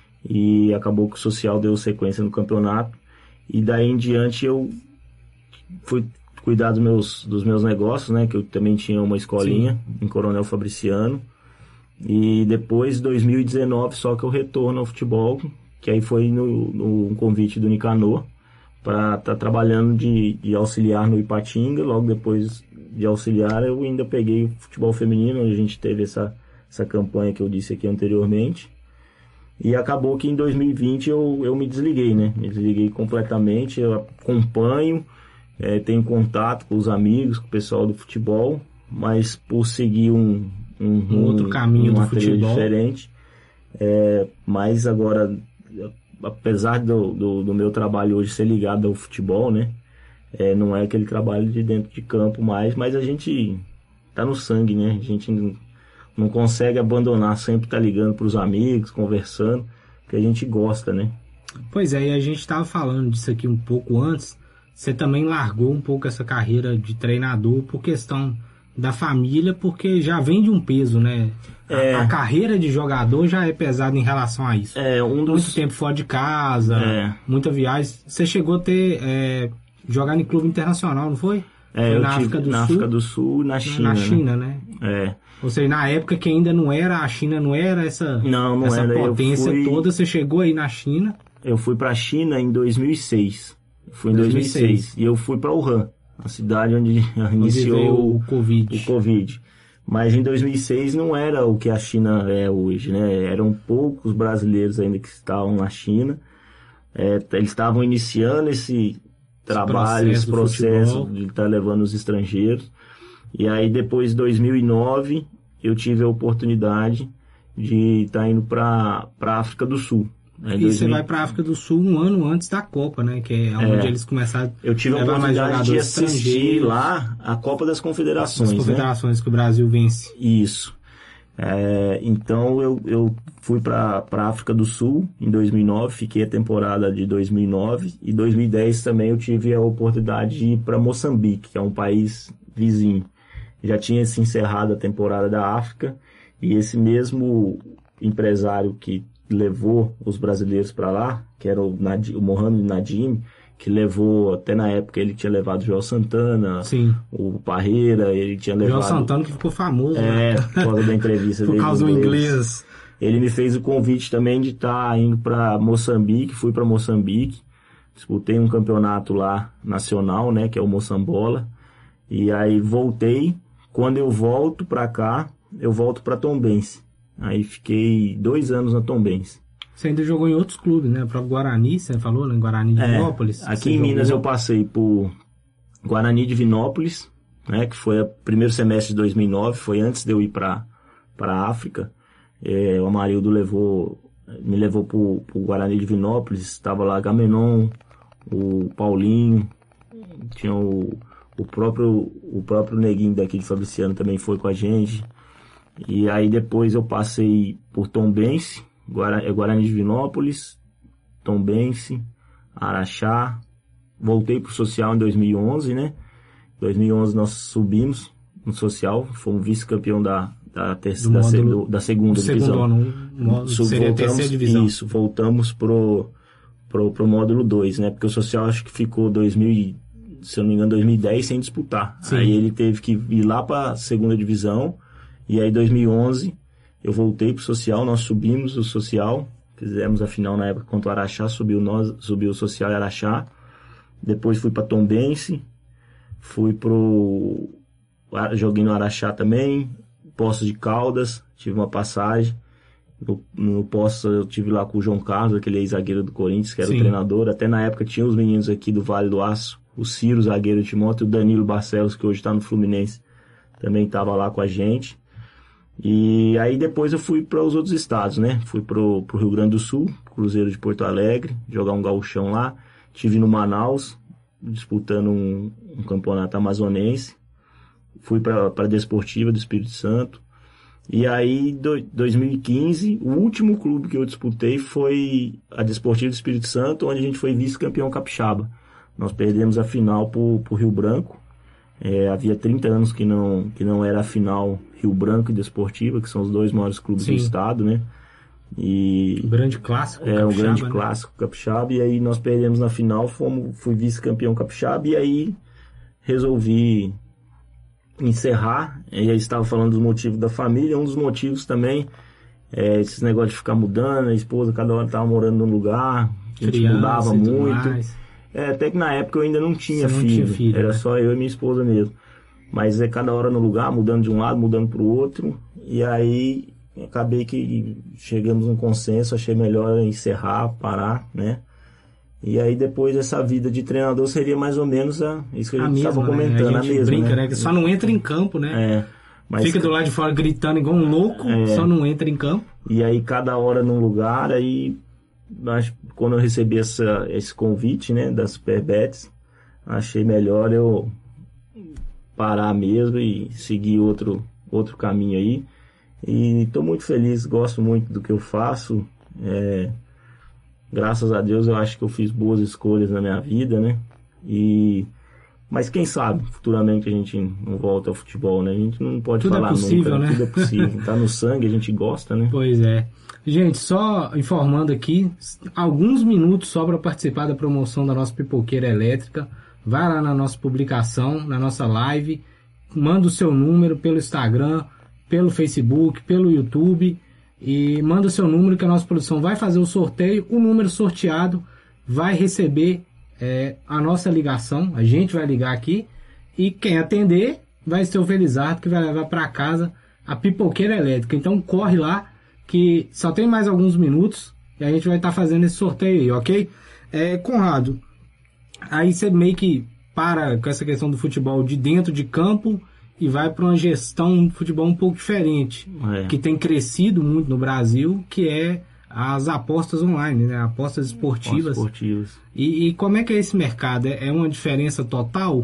e acabou que o Social deu sequência no campeonato. E daí em diante eu fui cuidar dos meus, dos meus negócios, né, que eu também tinha uma escolinha, sim, em Coronel Fabriciano. E depois, em dois mil e dezenove, só que eu retorno ao futebol, que aí foi no, no convite do Nicanor, para estar tá trabalhando de, de auxiliar no Ipatinga. Logo depois de auxiliar, eu ainda peguei o futebol feminino, onde a gente teve essa, essa campanha que eu disse aqui anteriormente. E acabou que em dois mil e vinte eu, eu me desliguei, né? Me desliguei completamente. Eu acompanho, é, tenho contato com os amigos, com o pessoal do futebol, mas por seguir um, um, um outro caminho um do futebol diferente. É, mas agora, apesar do, do, do meu trabalho hoje ser ligado ao futebol, né? É, não é aquele trabalho de dentro de campo mais, mas a gente tá no sangue, né? A gente não, não consegue abandonar, sempre tá ligando pros amigos, conversando, porque a gente gosta, né? Pois é, e a gente tava falando disso aqui um pouco antes. Você também largou um pouco essa carreira de treinador por questão da família, porque já vem de um peso, né? É, a, a carreira de jogador já é pesada em relação a isso. É, um dos... Muito tempo fora de casa, é. muita viagem. Você chegou a ter... É, jogar em clube internacional, não foi? É, foi eu na tive África do na Sul, África do Sul e na China. Na China, né? né? É. Ou seja, na época que ainda não era, a China não era essa, não, não essa era. potência fui... toda, você chegou aí na China. Eu fui pra China em dois mil e seis. Fui em dois mil e seis. dois mil e seis. E eu fui pra Wuhan, a cidade onde, onde iniciou o COVID. o Covid. Mas em dois mil e seis não era o que a China é hoje, né? Eram poucos brasileiros ainda que estavam na China. É, eles estavam iniciando esse trabalho, esse processo, esse processo de estar levando os estrangeiros. E aí depois de dois mil e nove eu tive a oportunidade de estar indo para a África do Sul. Aí e você vai para a África do Sul um ano antes da Copa, né? Que é onde é, eles começaram eu tive a oportunidade de assistir lá a Copa das Confederações. As Confederações, né? Que o Brasil vence. Isso. É, então eu, eu fui para a África do Sul em dois mil e nove, fiquei a temporada de dois mil e nove, e dois mil e dez também eu tive a oportunidade de ir para Moçambique, que é um país vizinho. Já tinha se encerrado a temporada da África e esse mesmo empresário que levou os brasileiros para lá, que era o, Nadim, o Mohamed Nadim, que levou, até na época ele tinha levado o Joel Santana, Sim. o Parreira, ele tinha levado... Joel Santana que ficou famoso, É, né? por causa da entrevista por dele. Por causa do inglês. Ele me fez o convite também de estar tá indo para Moçambique, fui para Moçambique, disputei um campeonato lá nacional, né, que é o Moçambola, e aí voltei. Quando eu volto para cá, eu volto para Tombense. Aí fiquei dois anos na Tombense. Você ainda jogou em outros clubes, né? Para Guarani, você falou, né? Guarani de é, Vinópolis. Aqui em Minas jogou. Eu passei por Guarani de Vinópolis, né? Que foi o primeiro semestre de dois mil e nove, foi antes de eu ir para a África. É, o Amarildo levou, me levou para o Guarani de Vinópolis, estava lá Gamenon, o Paulinho, tinha o, o, próprio, o próprio Neguinho daqui de Fabriciano também foi com a gente. E aí depois eu passei por Tombense, Guarani de Vinópolis, Tombense, Araxá, voltei pro Social em dois mil e onze, né? Em dois mil e onze nós subimos no Social, fomos vice-campeão da, da, terceira, da, módulo, da segunda divisão. Ano, módulo, Sub, seria voltamos, a terceira divisão. Isso, voltamos pro, pro, pro módulo dois, né? Porque o Social acho que ficou dois mil, se eu não me engano, dois mil e dez sem disputar. Sim. Aí ele teve que ir lá pra segunda divisão. E aí, em dois mil e onze, eu voltei pro Social, nós subimos o Social, fizemos a final na época contra o Araxá, subiu, nós, subiu o Social e Araxá. Depois fui para Tombense, fui pro... joguei no Araxá também, Poços de Caldas, tive uma passagem. No, no Poços eu tive lá com o João Carlos, aquele ex-zagueiro do Corinthians, que era Sim. o treinador. Até na época tinha os meninos aqui do Vale do Aço, o Ciro, zagueiro de Timóteo, e o Danilo Barcelos, que hoje está no Fluminense, também estava lá com a gente. E aí depois eu fui para os outros estados, né? Fui pro, pro Rio Grande do Sul, Cruzeiro de Porto Alegre, jogar um gauchão lá. Tive no Manaus, disputando um, um campeonato amazonense. Fui para a Desportiva do Espírito Santo. E aí, em dois mil e quinze, o último clube que eu disputei foi a Desportiva do Espírito Santo, onde a gente foi vice-campeão capixaba. Nós perdemos a final pro, pro Rio Branco. É, havia trinta anos que não, que não era a final Rio Branco e Desportiva, que são os dois maiores clubes Sim. do estado, né? E um grande clássico É, um grande né? clássico capixaba, e aí nós perdemos na final, fomos, fui vice-campeão capixaba, e aí resolvi encerrar, e aí estava falando dos motivos da família, um dos motivos também é esses negócios de ficar mudando, a esposa cada hora estava morando num lugar, a gente Criança, mudava muito. Mais. É, até que na época eu ainda não tinha, Você não filho, tinha filho, era né? só eu e minha esposa mesmo. Mas é cada hora no lugar, mudando de um lado, mudando para o outro. E aí acabei que chegamos num consenso, achei melhor encerrar, parar, né? E aí depois essa vida de treinador seria mais ou menos a, isso que a, a gente estava comentando, né? A gente a mesma, brinca, né? né? Que só não entra em campo, né? É, mas Fica do lado de fora gritando igual um louco, é, só não entra em campo. E aí cada hora num lugar, aí acho, quando eu recebi essa, esse convite, né, da Superbets, achei melhor eu parar mesmo e seguir outro, outro caminho aí. E estou muito feliz, gosto muito do que eu faço. É, graças a Deus eu acho que eu fiz boas escolhas na minha vida, né? E, mas quem sabe futuramente a gente não volta ao futebol, né? A gente não pode Tudo falar é possível, nunca, né? Tudo é possível. Tá no sangue, a gente gosta, né? Pois é. Gente, só informando aqui, alguns minutos só para participar da promoção da nossa pipoqueira elétrica. Vai lá na nossa publicação, na nossa live, manda o seu número pelo Instagram, pelo Facebook, pelo YouTube, e manda o seu número que a nossa produção vai fazer o sorteio. O número sorteado vai receber é, a nossa ligação, a gente vai ligar aqui, e quem atender vai ser o Felizardo, que vai levar para casa a pipoqueira elétrica. Então corre lá, que só tem mais alguns minutos e a gente vai estar tá fazendo esse sorteio aí, ok? É, Conrado, aí você meio que para com essa questão do futebol de dentro de campo e vai para uma gestão de futebol um pouco diferente, É. que tem crescido muito no Brasil, que é as apostas online, né? Apostas esportivas. esportivas. E, e como é que é esse mercado? É, é uma diferença total?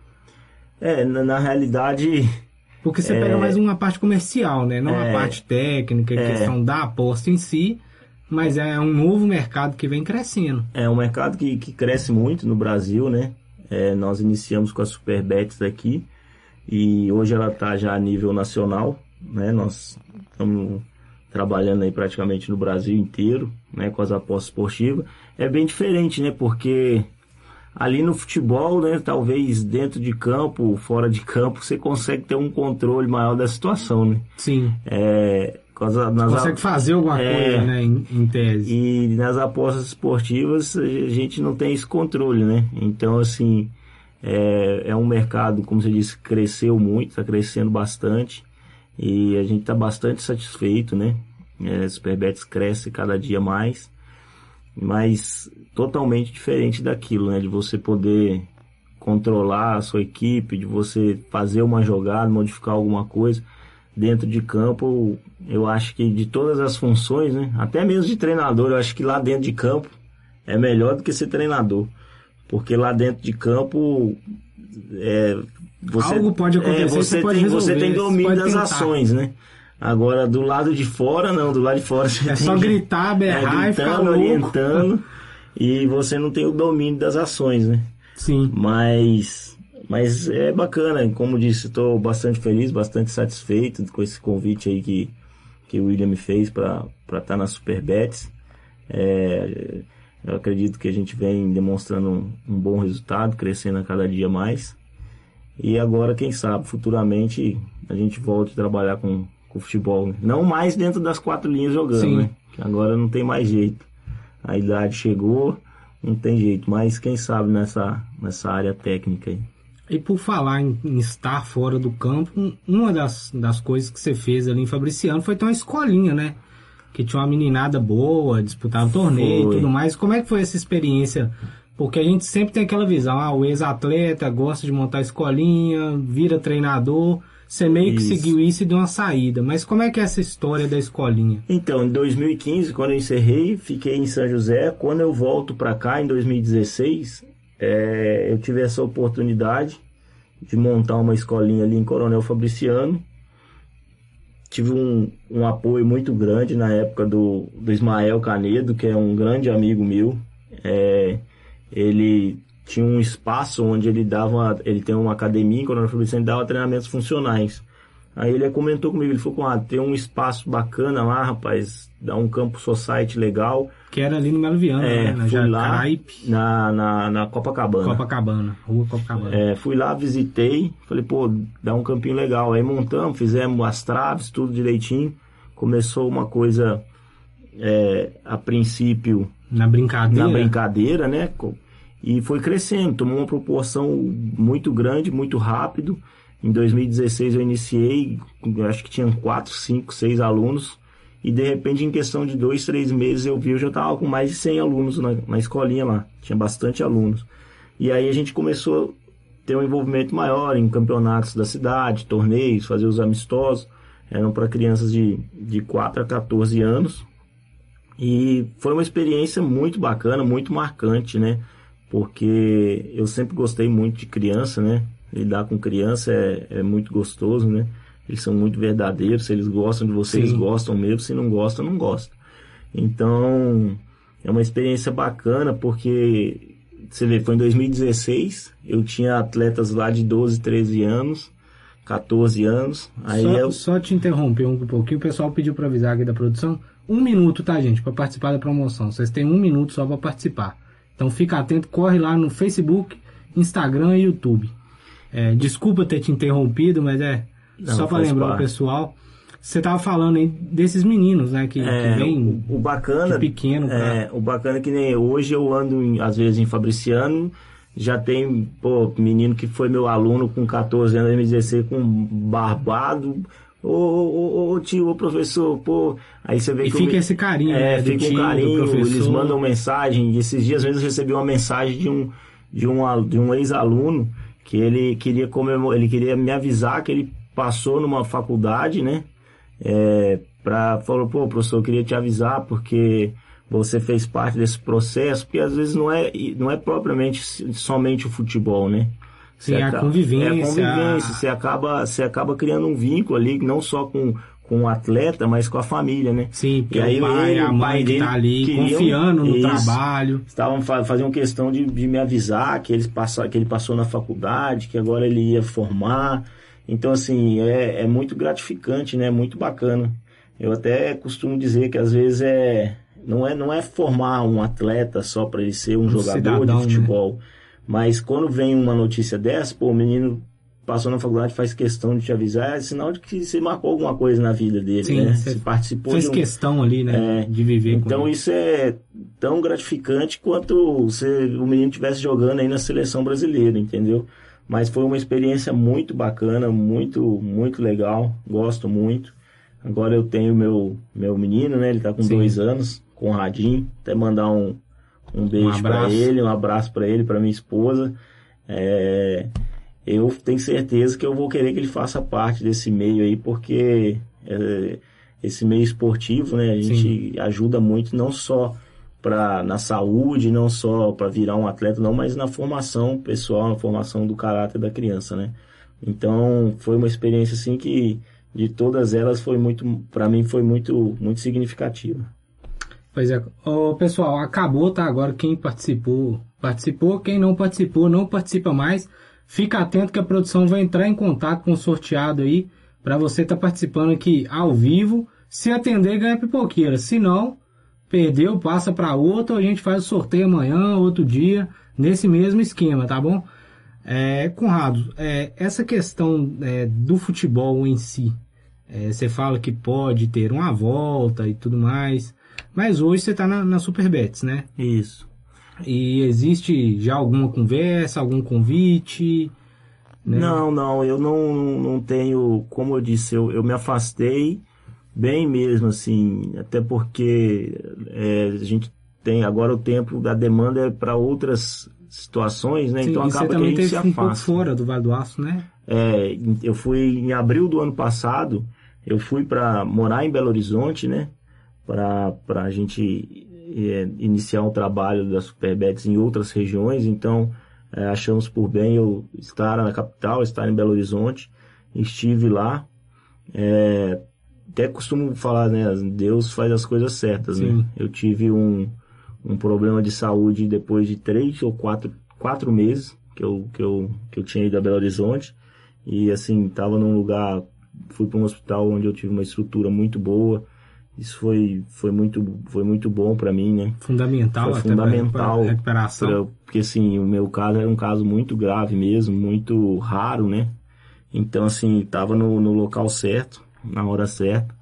É, na, na realidade... Porque você é, pega mais uma parte comercial, né? Não é, a parte técnica, a é, questão da aposta em si, mas é um novo mercado que vem crescendo. É um mercado que, que cresce muito no Brasil, né? É, nós iniciamos com as Superbets aqui e hoje ela está já a nível nacional, né? Nós estamos trabalhando aí praticamente no Brasil inteiro, né? Com as apostas esportivas. É bem diferente, né? Porque ali no futebol, né? Talvez dentro de campo, fora de campo, você consegue ter um controle maior da situação, né? Sim. É, nas consegue a... fazer alguma é, coisa, né? Em, em tese. E nas apostas esportivas a gente não tem esse controle, né? Então, assim, é, é um mercado, como você disse, cresceu muito, está crescendo bastante. E a gente está bastante satisfeito, né? É, Superbets cresce cada dia mais, mas totalmente diferente daquilo, né? De você poder controlar a sua equipe, de você fazer uma jogada, modificar alguma coisa dentro de campo. Eu acho que de todas as funções, né? Até mesmo de treinador, eu acho que lá dentro de campo é melhor do que ser treinador, porque lá dentro de campo é, você, algo pode acontecer, é, você, você, pode tem, resolver, você tem domínio das tentar. ações, né? Agora, do lado de fora, não. Do lado de fora você é tem só gritar, berrar é, e ficar louco. orientando. E você não tem o domínio das ações, né? Sim. Mas, mas é bacana. Como disse, estou bastante feliz, bastante satisfeito com esse convite aí que, que o William me fez para estar na Superbets. É, eu acredito que a gente vem demonstrando um, um bom resultado, crescendo a cada dia mais. E agora, quem sabe, futuramente a gente volte a trabalhar com o futebol, né? Não mais dentro das quatro linhas jogando, Sim. né? Que agora não tem mais jeito. A idade chegou, não tem jeito. Mas quem sabe nessa, nessa área técnica aí. E por falar em, em estar fora do campo, uma das, das coisas que você fez ali em Fabriciano foi ter uma escolinha, né? Que tinha uma meninada boa, disputava torneio e tudo mais. Como é que foi essa experiência? Porque a gente sempre tem aquela visão, ah, o ex-atleta gosta de montar escolinha, vira treinador. Você meio que isso. seguiu isso e deu uma saída. Mas como é que é essa história da escolinha? Então, em dois mil e quinze, quando eu encerrei, fiquei em São José. Quando eu volto para cá, em dois mil e dezesseis, é, eu tive essa oportunidade de montar uma escolinha ali em Coronel Fabriciano. Tive um, um apoio muito grande na época do, do Ismael Canedo, que é um grande amigo meu. É, ele tinha um espaço onde ele dava, ele tem uma academia em Coronel Fabriciano e dava treinamentos funcionais. Aí ele comentou comigo, ele falou, ah, tem um espaço bacana lá, rapaz, dá um campo society legal. Que era ali no Melo Viana, é, né? Na fui lá Jacaipe. na, na, na Copacabana. Copacabana, rua Copacabana. É, fui lá, visitei, falei, pô, dá um campinho legal. Aí montamos, fizemos as traves, tudo direitinho. Começou uma coisa, é, a princípio... Na brincadeira? Na brincadeira, né? E foi crescendo, tomou uma proporção muito grande, muito rápido. Em dois mil e dezesseis eu iniciei, eu acho que tinham quatro, cinco, seis alunos. E de repente, em questão de dois, três meses, eu vi, eu já estava com mais de cem alunos na, na escolinha lá. Tinha bastante alunos. E aí a gente começou a ter um envolvimento maior em campeonatos da cidade, torneios, fazer os amistosos. Eram para crianças de, de quatro a quatorze anos. E foi uma experiência muito bacana, muito marcante, né? Porque eu sempre gostei muito de criança, né? Lidar com criança é, é muito gostoso, né? Eles são muito verdadeiros, se eles gostam de você, Sim. eles gostam mesmo, se não gostam, não gostam. Então, é uma experiência bacana, porque, você vê, foi em dois mil e dezesseis, eu tinha atletas lá de doze, treze anos, quatorze anos. Aí só, eu... só te interromper um pouquinho, o pessoal pediu para avisar aqui da produção, um minuto, tá, gente, para participar da promoção. Vocês têm um minuto só para participar. Então fica atento, corre lá no Facebook, Instagram e YouTube. É, desculpa ter te interrompido, mas é Não, só para lembrar parte. o pessoal. Você tava falando aí desses meninos, né? Que, é, que vem o, o bacana, de pequeno. Pra... É, o bacana é que nem hoje eu ando, em, às vezes, em Fabriciano. Já tem, pô, menino que foi meu aluno com quatorze anos, dois mil e dezesseis, com barbado. Ô, ô, ô, tio, ô, professor, pô... Aí você vê e que fica me... esse carinho, é, né? Fica tio, um carinho, eles mandam mensagem. E esses dias mesmo eu recebi uma mensagem de um, de um, de um ex-aluno que ele queria comemorar, ele queria me avisar que ele passou numa faculdade, né? É, pra, falou, pô, professor, eu queria te avisar porque você fez parte desse processo, porque às vezes não é, não é propriamente somente o futebol, né? Sim, a convivência. É a convivência, você acaba, você acaba criando um vínculo ali, não só com, com o atleta, mas com a família, né? Sim, porque e aí, o pai, ele, a mãe pai que tá ali queriam, confiando no isso, trabalho. Estavam fazendo questão de, de me avisar que ele, passou, que ele passou na faculdade, que agora ele ia formar. Então, assim, é, é muito gratificante, né? Muito bacana. Eu até costumo dizer que às vezes é não é, não é formar um atleta só para ele ser um, um jogador cidadão, de futebol, né? Mas quando vem uma notícia dessa, pô, o menino passou na faculdade, faz questão de te avisar, é sinal de que você marcou alguma coisa na vida dele, sim, né? Você participou fez de um... questão ali, né? É, de viver então com isso é tão gratificante quanto se o menino estivesse jogando aí na seleção brasileira, entendeu? Mas foi uma experiência muito bacana, muito, muito legal, gosto muito. Agora eu tenho meu, meu menino, né? Ele tá com sim. dois anos, Conradinho, até mandar um, um beijo um para ele, um abraço para ele, para minha esposa. É... Eu tenho certeza que eu vou querer que ele faça parte desse meio aí, porque é, esse meio esportivo, né, a gente Sim. ajuda muito, não só pra, na saúde, não só para virar um atleta, não, mas na formação pessoal, na formação do caráter da criança, né. Então, foi uma experiência, assim, que de todas elas foi muito, para mim, foi muito, muito significativa. Pois é. Ô, pessoal, acabou, tá? Agora quem participou, participou, quem não participou, não participa mais. Fica atento que a produção vai entrar em contato com o sorteado aí, para você estar tá participando aqui ao vivo. Se atender, ganha pipoqueira. Se não, perdeu, passa para outro, a gente faz o sorteio amanhã, outro dia, nesse mesmo esquema, tá bom? É, Conrado, é, essa questão é, do futebol em si, é, você fala que pode ter uma volta e tudo mais, mas hoje você está na, na Superbets, né? Isso. E existe já alguma conversa, algum convite? Né? Não, não, eu não, não tenho, como eu disse, eu, eu me afastei bem mesmo, assim, até porque é, a gente tem agora o tempo da demanda é para outras situações, né? Sim, então acaba que a gente se afasta. Um pouco fora do Vale do Aço, né? É, eu fui em abril do ano passado, eu fui para morar em Belo Horizonte, né? Para para a gente É, iniciar um trabalho da Superbets em outras regiões, então é, achamos por bem eu estar na capital, estar em Belo Horizonte, estive lá, é, até costumo falar, né, Deus faz as coisas certas, Sim. né, eu tive um, um problema de saúde depois de três ou quatro, quatro meses que eu, que, eu, que eu tinha ido a Belo Horizonte, e assim, estava num lugar, fui para um hospital onde eu tive uma estrutura muito boa. Isso foi, foi, muito, foi muito bom para mim, né? Fundamental, foi fundamental para recuperação. Pra, porque, assim, o meu caso era um caso muito grave mesmo, muito raro, né? Então, assim, estava no, no local certo, na hora certa.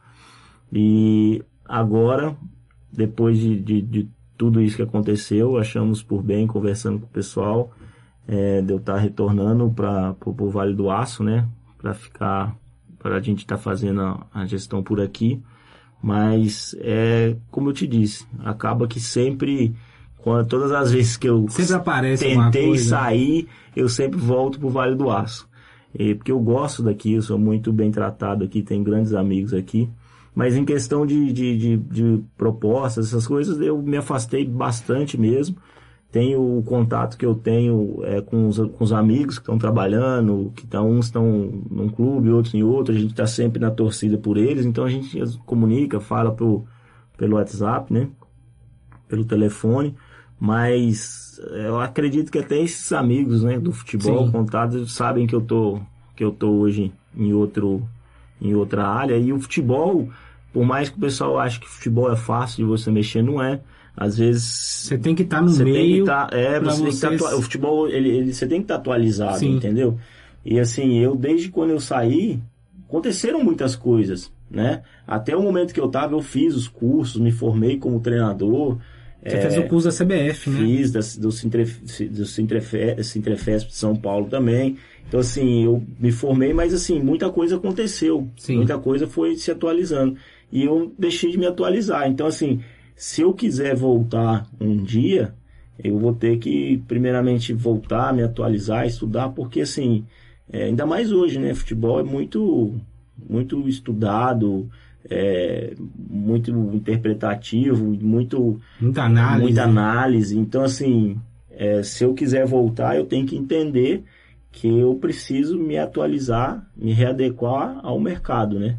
E agora, depois de, de, de tudo isso que aconteceu, achamos por bem, conversando com o pessoal, é, de eu estar retornando para o Vale do Aço, né? Para ficar, para a gente estar tá fazendo a, a gestão por aqui. Mas, é, como eu te disse, acaba que sempre, quando, todas as vezes que eu tentei sair, eu sempre volto pro Vale do Aço. E, porque eu gosto daqui, eu sou muito bem tratado aqui, tenho grandes amigos aqui. Mas em questão de, de, de, de propostas, essas coisas, eu me afastei bastante mesmo. Tenho o contato que eu tenho é, com, os, com os amigos que estão trabalhando, que tá, uns estão num clube, outros em outro, a gente está sempre na torcida por eles, então a gente comunica, fala pro, pelo WhatsApp, né? Pelo telefone, mas eu acredito que até esses amigos, né, do futebol, contatos, sabem que eu tô, que eu tô hoje em, outro, em outra área, e o futebol, por mais que o pessoal ache que futebol é fácil de você mexer, não é. Às vezes você tem que estar tá no meio. Tá, é, você vocês... tem que tá, o futebol, ele, ele, você tem que estar tá atualizado, Sim. entendeu? E assim, eu desde quando eu saí, aconteceram muitas coisas, né? Até o momento que eu tava, eu fiz os cursos, me formei como treinador. Você é, fez o curso da C B F, né? Fiz da, do Sintrefesp do Sintrefesp, Sintrefesp de São Paulo também. Então assim, eu me formei, mas assim, muita coisa aconteceu. Sim. Muita coisa foi se atualizando. E eu deixei de me atualizar. Então assim, se eu quiser voltar um dia, eu vou ter que, primeiramente, voltar, me atualizar, estudar, porque, assim, é, ainda mais hoje, né? Futebol é muito, muito estudado, é, muito interpretativo, muito, muita análise. Muita análise. Então, assim, é, se eu quiser voltar, eu tenho que entender que eu preciso me atualizar, me readequar ao mercado, né?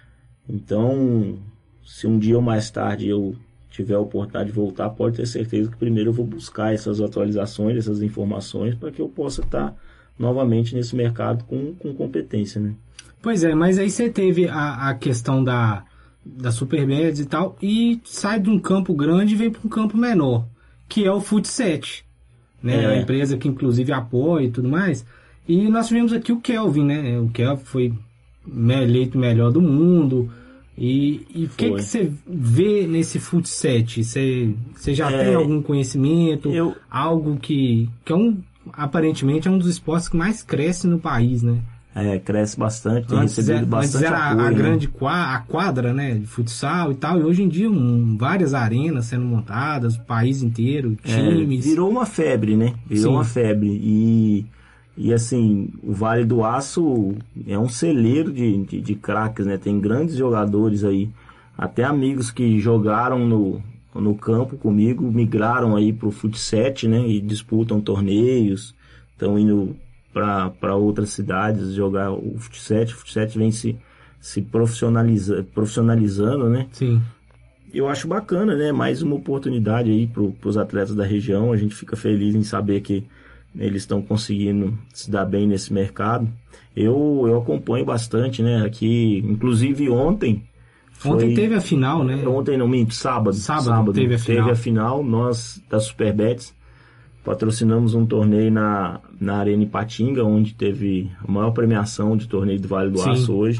Então, se um dia ou mais tarde eu tiver a oportunidade de voltar, pode ter certeza que primeiro eu vou buscar essas atualizações, essas informações, para que eu possa estar novamente nesse mercado com, com competência, né? Pois é, mas aí você teve a, a questão da, da Superbets e tal, e sai de um campo grande e vem para um campo menor, que é o Futset, né? É. A empresa que inclusive apoia e tudo mais. E nós tivemos aqui o Kelvin, né? O Kelvin foi eleito melhor do mundo. E, e o que, que você vê nesse Futset? Você, você já É, tem algum conhecimento? eu- Algo que, que é um, aparentemente é um dos esportes que mais cresce no país, né? É, cresce bastante, tem Antes, recebido era, antes bastante era apoio, a né? grande qua- a quadra, né, de futsal e tal, e hoje em dia um, várias arenas sendo montadas, o país inteiro, É, times. virou uma febre, né? Virou Sim. uma febre. E, e assim, o Vale do Aço é um celeiro de, de, de craques, né? Tem grandes jogadores aí. Até amigos que jogaram no, no campo comigo migraram aí pro Futset, né? E disputam torneios, estão indo para outras cidades jogar o Futset. O Futset vem se, se profissionaliza, profissionalizando, né? Sim. Eu acho bacana, né? Mais uma oportunidade aí para os atletas da região. A gente fica feliz em saber que eles estão conseguindo se dar bem nesse mercado. Eu, eu acompanho bastante, né? Aqui, inclusive ontem. Ontem foi- teve a final, né? Ontem não minto, sábado. Sábado teve a final. Teve a final. Nós da Superbets patrocinamos um torneio na, na Arena Ipatinga, onde teve a maior premiação de torneio do Vale do Sim. Aço hoje.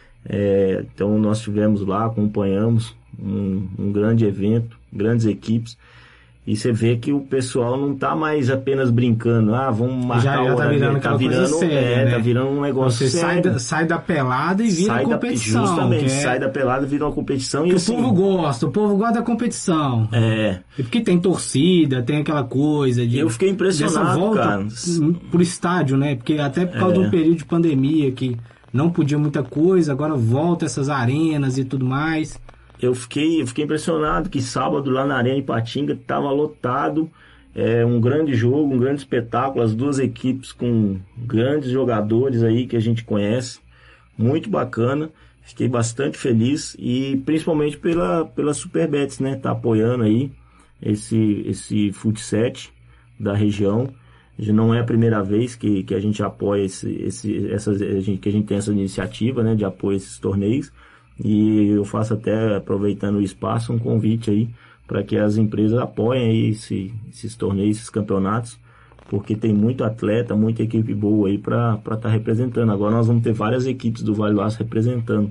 É, então nós estivemos lá, acompanhamos um, um grande evento, grandes equipes, e você vê que o pessoal não tá mais apenas brincando, ah, vamos marcar Já, já hora, tá virando tá aquela virando, coisa séria, é, né? tá virando um negócio Você sai sério. da, sai da pelada e vira Sai da- competição. justamente, que é- sai da pelada, vira uma competição, e que assim, o povo gosta, o povo gosta da competição. é, E porque tem torcida, tem aquela coisa de... Eu fiquei impressionado, dessa volta cara. pro estádio, né? Porque até por causa É. de um período de pandemia que não podia muita coisa, agora volta essas arenas e tudo mais. Eu fiquei, eu fiquei impressionado que sábado lá na Arena Ipatinga estava lotado, é um grande jogo, um grande espetáculo, as duas equipes com grandes jogadores aí que a gente conhece, muito bacana, fiquei bastante feliz e principalmente pela, pela Superbets, né, tá apoiando aí esse, esse Futset da região. Já não é a primeira vez que, que a gente apoia esse, esse, essas, a gente, que a gente tem essa iniciativa, né, de apoio a esses torneios. E eu faço até, aproveitando o espaço, um convite aí para que as empresas apoiem aí esse, esses torneios, esses campeonatos, porque tem muito atleta, muita equipe boa aí para estar tá representando. Agora nós vamos ter várias equipes do Vale do Aço representando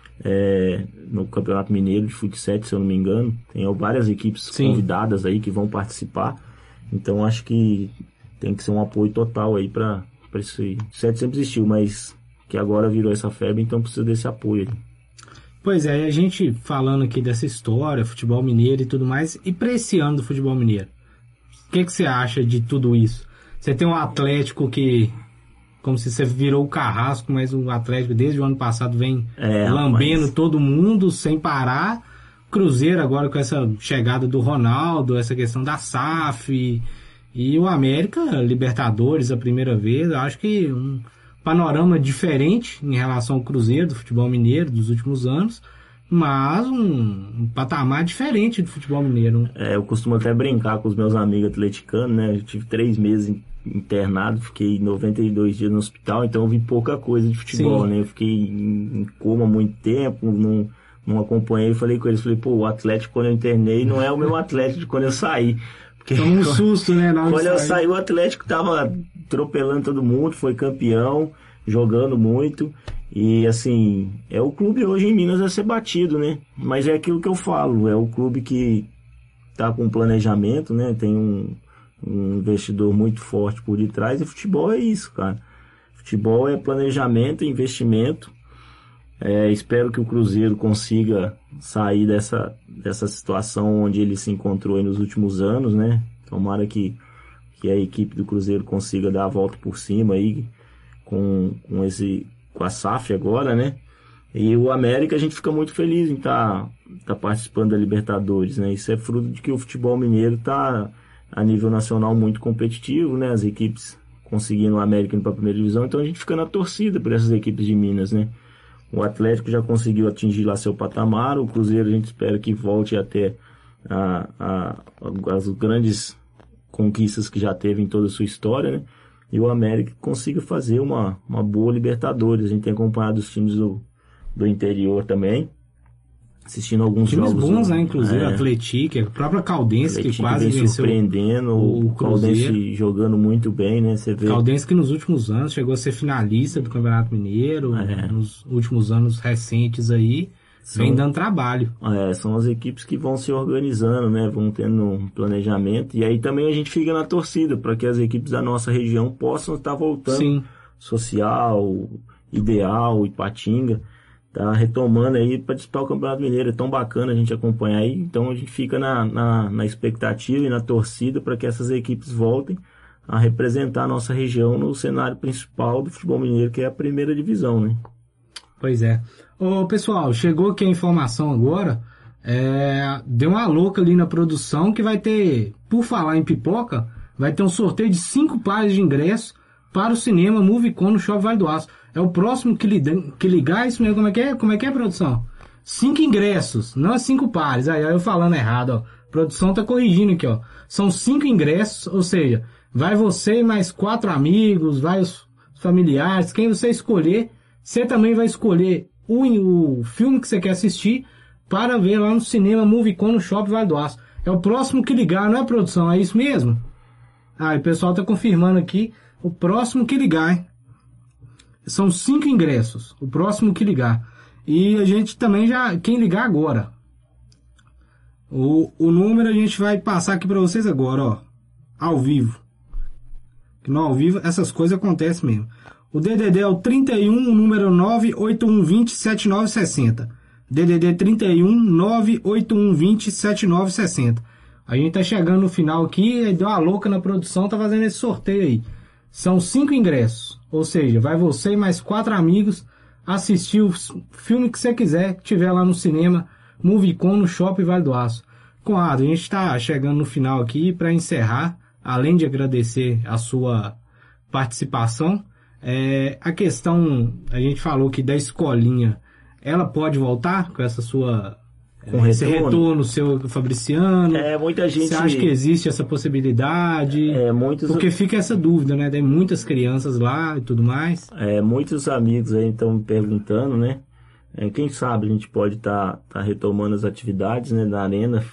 é, no Campeonato Mineiro de Futset, se eu não me engano. Tem várias equipes Sim. convidadas aí que vão participar. Então acho que tem que ser um apoio total aí para isso aí. O Futset sempre existiu, mas que agora virou essa febre, então precisa desse apoio aí. Pois é, e a gente falando aqui dessa história, futebol mineiro e tudo mais, e pra esse ano do futebol mineiro, o que, que você acha de tudo isso? Você tem um Atlético que, como se você virou o carrasco, mas o Atlético desde o ano passado vem É, lambendo rapaz. todo mundo sem parar. Cruzeiro agora com essa chegada do Ronaldo, essa questão da S A F, e, e o América, Libertadores a primeira vez, eu acho que um panorama diferente em relação ao Cruzeiro do futebol mineiro dos últimos anos, mas um, um patamar diferente do futebol mineiro. É, eu costumo até brincar com os meus amigos atleticanos, né? Eu tive três meses in- internado, fiquei noventa e dois dias no hospital, então eu vi pouca coisa de futebol, Sim. né? Eu fiquei em, em coma há muito tempo, não, não acompanhei, falei com eles, falei, pô, o Atlético quando eu internei não é o mesmo Atlético de quando eu saí. Porque Toma um susto, né? na hora de quando eu sair. saí, o Atlético tava atropelando todo mundo, foi campeão, jogando muito. E assim, é o clube hoje em Minas a ser batido, né? Mas é aquilo que eu falo, é o clube que tá com planejamento, né? Tem um, um investidor muito forte por detrás, e futebol é isso, cara. Futebol é planejamento, investimento. É, espero que o Cruzeiro consiga sair dessa, dessa situação onde ele se encontrou aí nos últimos anos, né? Tomara que, que a equipe do Cruzeiro consiga dar a volta por cima aí com, com, esse, com a S A F agora, né? E o América, a gente fica muito feliz em estar tá, tá participando da Libertadores, né? Isso é fruto de que o futebol mineiro está a nível nacional muito competitivo, né? As equipes conseguindo o América indo para a primeira divisão, então a gente fica na torcida por essas equipes de Minas, né? O Atlético já conseguiu atingir lá seu patamar, o Cruzeiro a gente espera que volte até a, a, as grandes conquistas que já teve em toda a sua história, né? e o América consiga fazer uma, uma boa Libertadores. A gente tem acompanhado os times do, do interior também, assistindo alguns times jogos. Times bons, né? Inclusive, é, Atlético, a própria Caldense, Atlético que quase vem venceu surpreendendo, o, o Caldense jogando muito bem, né? Você vê... Caldense que nos últimos anos chegou a ser finalista do Campeonato Mineiro, é. nos últimos anos recentes aí, são, vem dando trabalho. É, são as equipes que vão se organizando, né? Vão tendo um planejamento, e aí também a gente fica na torcida, para que as equipes da nossa região possam estar voltando. Sim. Social, Ideal, Ipatinga, tá retomando aí para disputar o Campeonato Mineiro. É tão bacana a gente acompanhar aí, então a gente fica na, na, na expectativa e na torcida para que essas equipes voltem a representar a nossa região no cenário principal do futebol mineiro, que é a primeira divisão, né? Pois é. Ô, pessoal, chegou aqui a informação agora, é, deu uma louca ali na produção que vai ter, por falar em pipoca, vai ter um sorteio de cinco pares de ingressos para o cinema Movicon no Shopping Vale do Aço. É o próximo que, li, que ligar, isso mesmo, como é que é? Como é que é, produção? Cinco ingressos, não é cinco pares. Aí, aí eu falando errado, ó. A produção tá corrigindo aqui, ó. São cinco ingressos, ou seja, vai você e mais quatro amigos, vai os familiares, quem você escolher, você também vai escolher o, o filme que você quer assistir para ver lá no cinema Movicon no Shopping Vale do Aço. É o próximo que ligar, não é, produção? É isso mesmo? Ah, e o pessoal tá confirmando aqui, o próximo que ligar, hein? São cinco ingressos, o próximo que ligar. E a gente também já, quem ligar agora, o, o número a gente vai passar aqui para vocês agora, ó, ao vivo. Que no ao vivo essas coisas acontecem mesmo. O D D D é o trinta e um, o número nove oito um dois zero sete nove seis zero. D D D trinta e um, nove oito um dois zero sete nove seis zero. A gente tá chegando no final aqui, deu uma louca na produção, tá fazendo esse sorteio aí. São cinco ingressos, ou seja, vai você e mais quatro amigos assistir o filme que você quiser, que tiver lá no cinema Movicon no Shopping Vale do Aço. Conrado, a gente está chegando no final aqui para encerrar, além de agradecer a sua participação, é, a questão, a gente falou que da escolinha, ela pode voltar com essa sua... Com esse retorno. retorno seu, Fabriciano? É, muita gente... Você acha que existe essa possibilidade? É, muitos... Porque fica essa dúvida, né? Tem muitas crianças lá e tudo mais. É, muitos amigos aí estão me perguntando, né? É, quem sabe a gente pode estar tá, tá retomando as atividades, né? Na arena,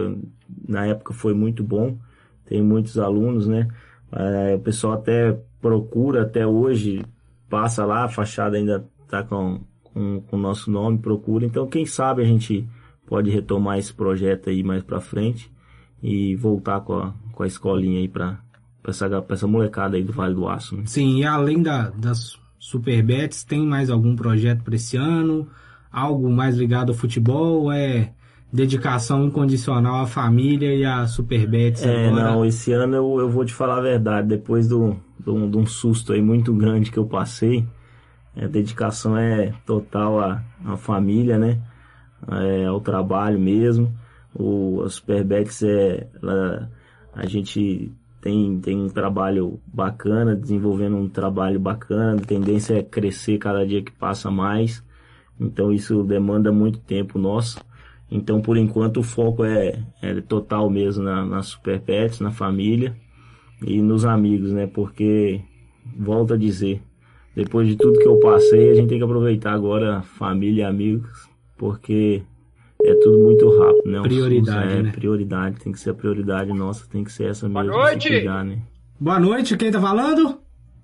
na época foi muito bom. Tem muitos alunos, né? É, o pessoal até procura, até hoje, passa lá, a fachada ainda tá com com, com o nosso nome, procura. Então, quem sabe a gente pode retomar esse projeto aí mais pra frente e voltar com a, com a escolinha aí pra, pra, essa, pra essa molecada aí do Vale do Aço, né? Sim, e além da, das Superbets, tem mais algum projeto para esse ano? Algo mais ligado ao futebol? Ou é dedicação incondicional à família e à Superbets É, agora? não, esse ano eu, eu vou te falar a verdade, depois do, do, de um susto aí muito grande que eu passei, a dedicação é total à, à família, né? É, ao trabalho mesmo. O, a Superbets é... Ela, a gente tem, tem um trabalho bacana, desenvolvendo um trabalho bacana, a tendência é crescer cada dia que passa mais. Então isso demanda muito tempo nosso. Então por enquanto o foco é, é total mesmo na, na Superbets, na família e nos amigos, né? Porque, volto a dizer, depois de tudo que eu passei, a gente tem que aproveitar agora família e amigos, porque é tudo muito rápido, né? Prioridade, é, né? Prioridade, tem que ser a prioridade nossa, tem que ser essa mesmo. Boa noite! Se cuidar, né? Boa noite, quem tá falando?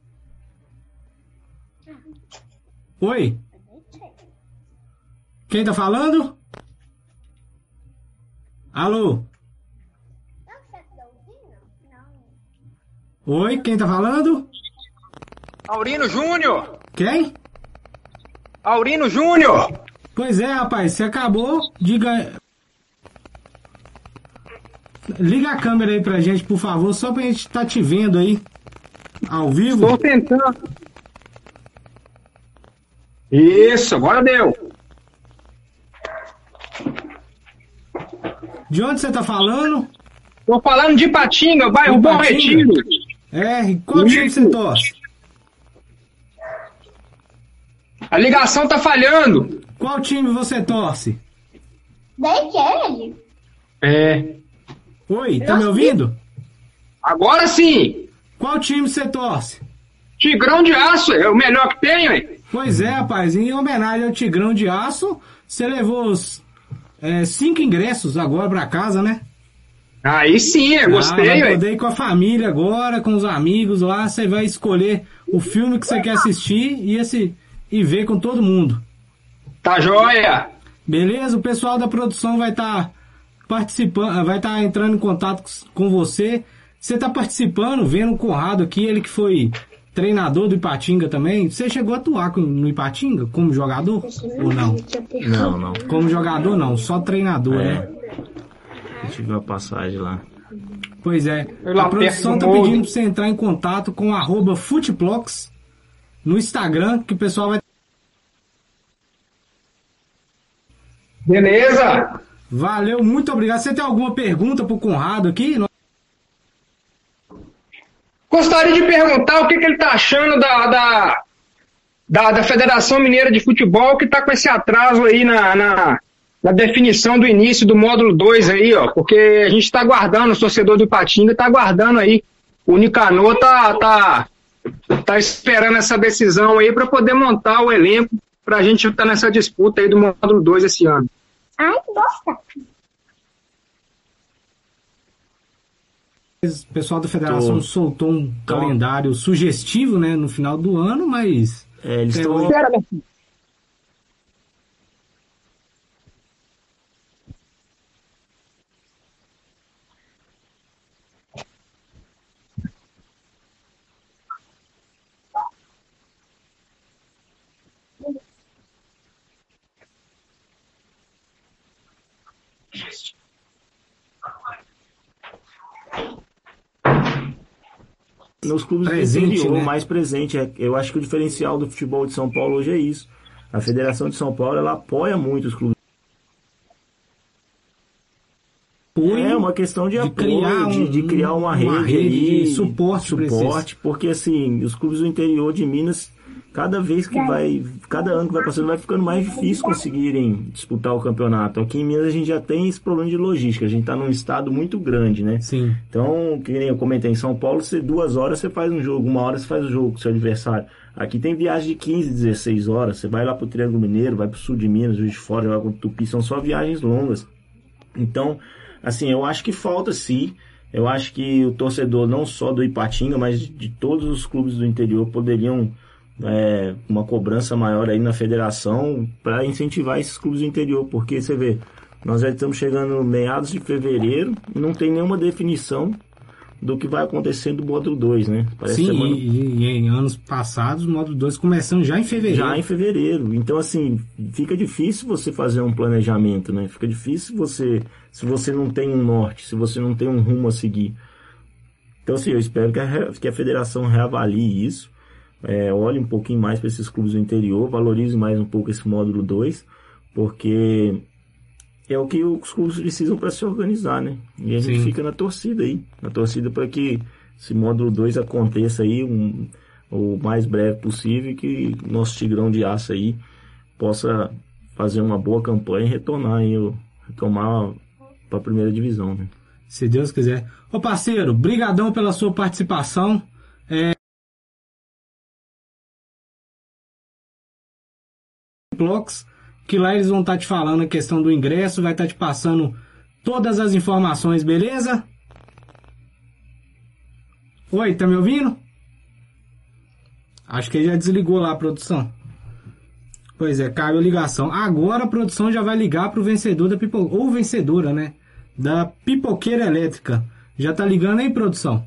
Oi? Quem tá falando? Alô? Oi, quem tá falando? Aurino Júnior! Quem? Aurino Júnior! Pois é, rapaz, você acabou. Diga. Liga a câmera aí pra gente, por favor, só pra gente estar tá te vendo aí. Ao vivo. Estou tentando. Isso, agora deu. De onde você tá falando? Tô falando de Patinga, bairro Bom Retiro. É, qual time você torce? A ligação tá falhando. Qual time você torce? Daí que é ele? É. Oi, tá me ouvindo? Agora sim. Qual time você torce? Tigrão de Aço, é o melhor que tem, ué. Pois é, rapaz, em homenagem ao Tigrão de Aço, você levou os é, cinco ingressos agora pra casa, né? Aí sim, eu gostei, ah, vai ué. poder ir com a família agora, com os amigos lá, você vai escolher o filme que você quer assistir e, esse, e ver com todo mundo. Tá joia. Beleza? O pessoal da produção vai estar tá participando, vai estar tá entrando em contato com você. Você tá participando, vendo o Conrado aqui, ele que foi treinador do Ipatinga também. Você chegou a atuar no Ipatinga como jogador ou não? Não, não. Como jogador não, só treinador, É. né? Eu tive uma passagem lá. Pois é. Eu lá A produção perto tá do molde. pedindo pra você entrar em contato com arroba Futeplox no Instagram, que o pessoal vai... Beleza. Valeu, muito obrigado. Você tem alguma pergunta pro Conrado aqui? Gostaria de perguntar o que, que ele tá achando da, da, da, da Federação Mineira de Futebol, que tá com esse atraso aí na, na, na definição do início do módulo dois aí, ó. Porque a gente tá aguardando, o torcedor do Ipatinga tá aguardando aí. O Nicanor tá, tá, tá esperando essa decisão aí para poder montar o elenco pra gente estar nessa disputa aí do módulo dois esse ano. Ai, nossa. O pessoal da federação Tô. soltou um calendário sugestivo, né, no final do ano, mas... É, eles É, estão. hoje- Espera, meu filho. Nos clubes Presente, do interior, né? mais presente. É, eu acho que o diferencial do futebol de São Paulo hoje é isso. A Federação de São Paulo, ela apoia muito os clubes. apoio É uma questão de, de apoio, criar um- de, de criar uma, uma rede, rede aí, de suporte pra suporte, porque assim, os clubes do interior de Minas, cada vez que vai, cada ano que vai passando, vai ficando mais difícil conseguirem disputar o campeonato. Aqui em Minas a gente já tem esse problema de logística, a gente está num estado muito grande, né? Sim. Então, que nem eu comentei, em São Paulo, você duas horas você faz um jogo, uma hora você faz o jogo com o seu adversário. Aqui tem viagem de quinze, dezesseis horas, você vai lá pro Triângulo Mineiro, vai pro sul de Minas, Juiz de Fora, vai pro Tupi, são só viagens longas. Então, assim, eu acho que falta sim, eu acho que o torcedor não só do Ipatinga, mas de, de todos os clubes do interior poderiam é, uma cobrança maior aí na federação para incentivar esses clubes do interior, porque você vê, nós já estamos chegando no meados de fevereiro e não tem nenhuma definição do que vai acontecer do módulo dois, né? Parece Sim, semana... e, e em anos passados, o módulo dois começando já em fevereiro. Já em fevereiro. Então, assim, fica difícil você fazer um planejamento, né? Fica difícil você, se você não tem um norte, se você não tem um rumo a seguir. Então, assim, eu espero que a, que a federação reavalie isso, é, olhe um pouquinho mais para esses clubes do interior, valorize mais um pouco esse módulo dois, porque é o que os clubes precisam para se organizar, né? E a gente Sim. fica na torcida aí, na torcida para que esse módulo dois aconteça aí um, o mais breve possível e que nosso Tigrão de Aço aí possa fazer uma boa campanha e retornar aí, o- retomar para a primeira divisão, né? Se Deus quiser. Ô parceiro, brigadão pela sua participação. É... Blocks, que lá eles vão estar te falando a questão do ingresso, vai estar te passando todas as informações, beleza? Oi, tá me ouvindo? Acho que ele já desligou lá a produção. Pois é, caiu a ligação. Agora a produção já vai ligar pro vencedor da pipoca, ou vencedora, né? Da pipoqueira elétrica. Já tá ligando aí, produção?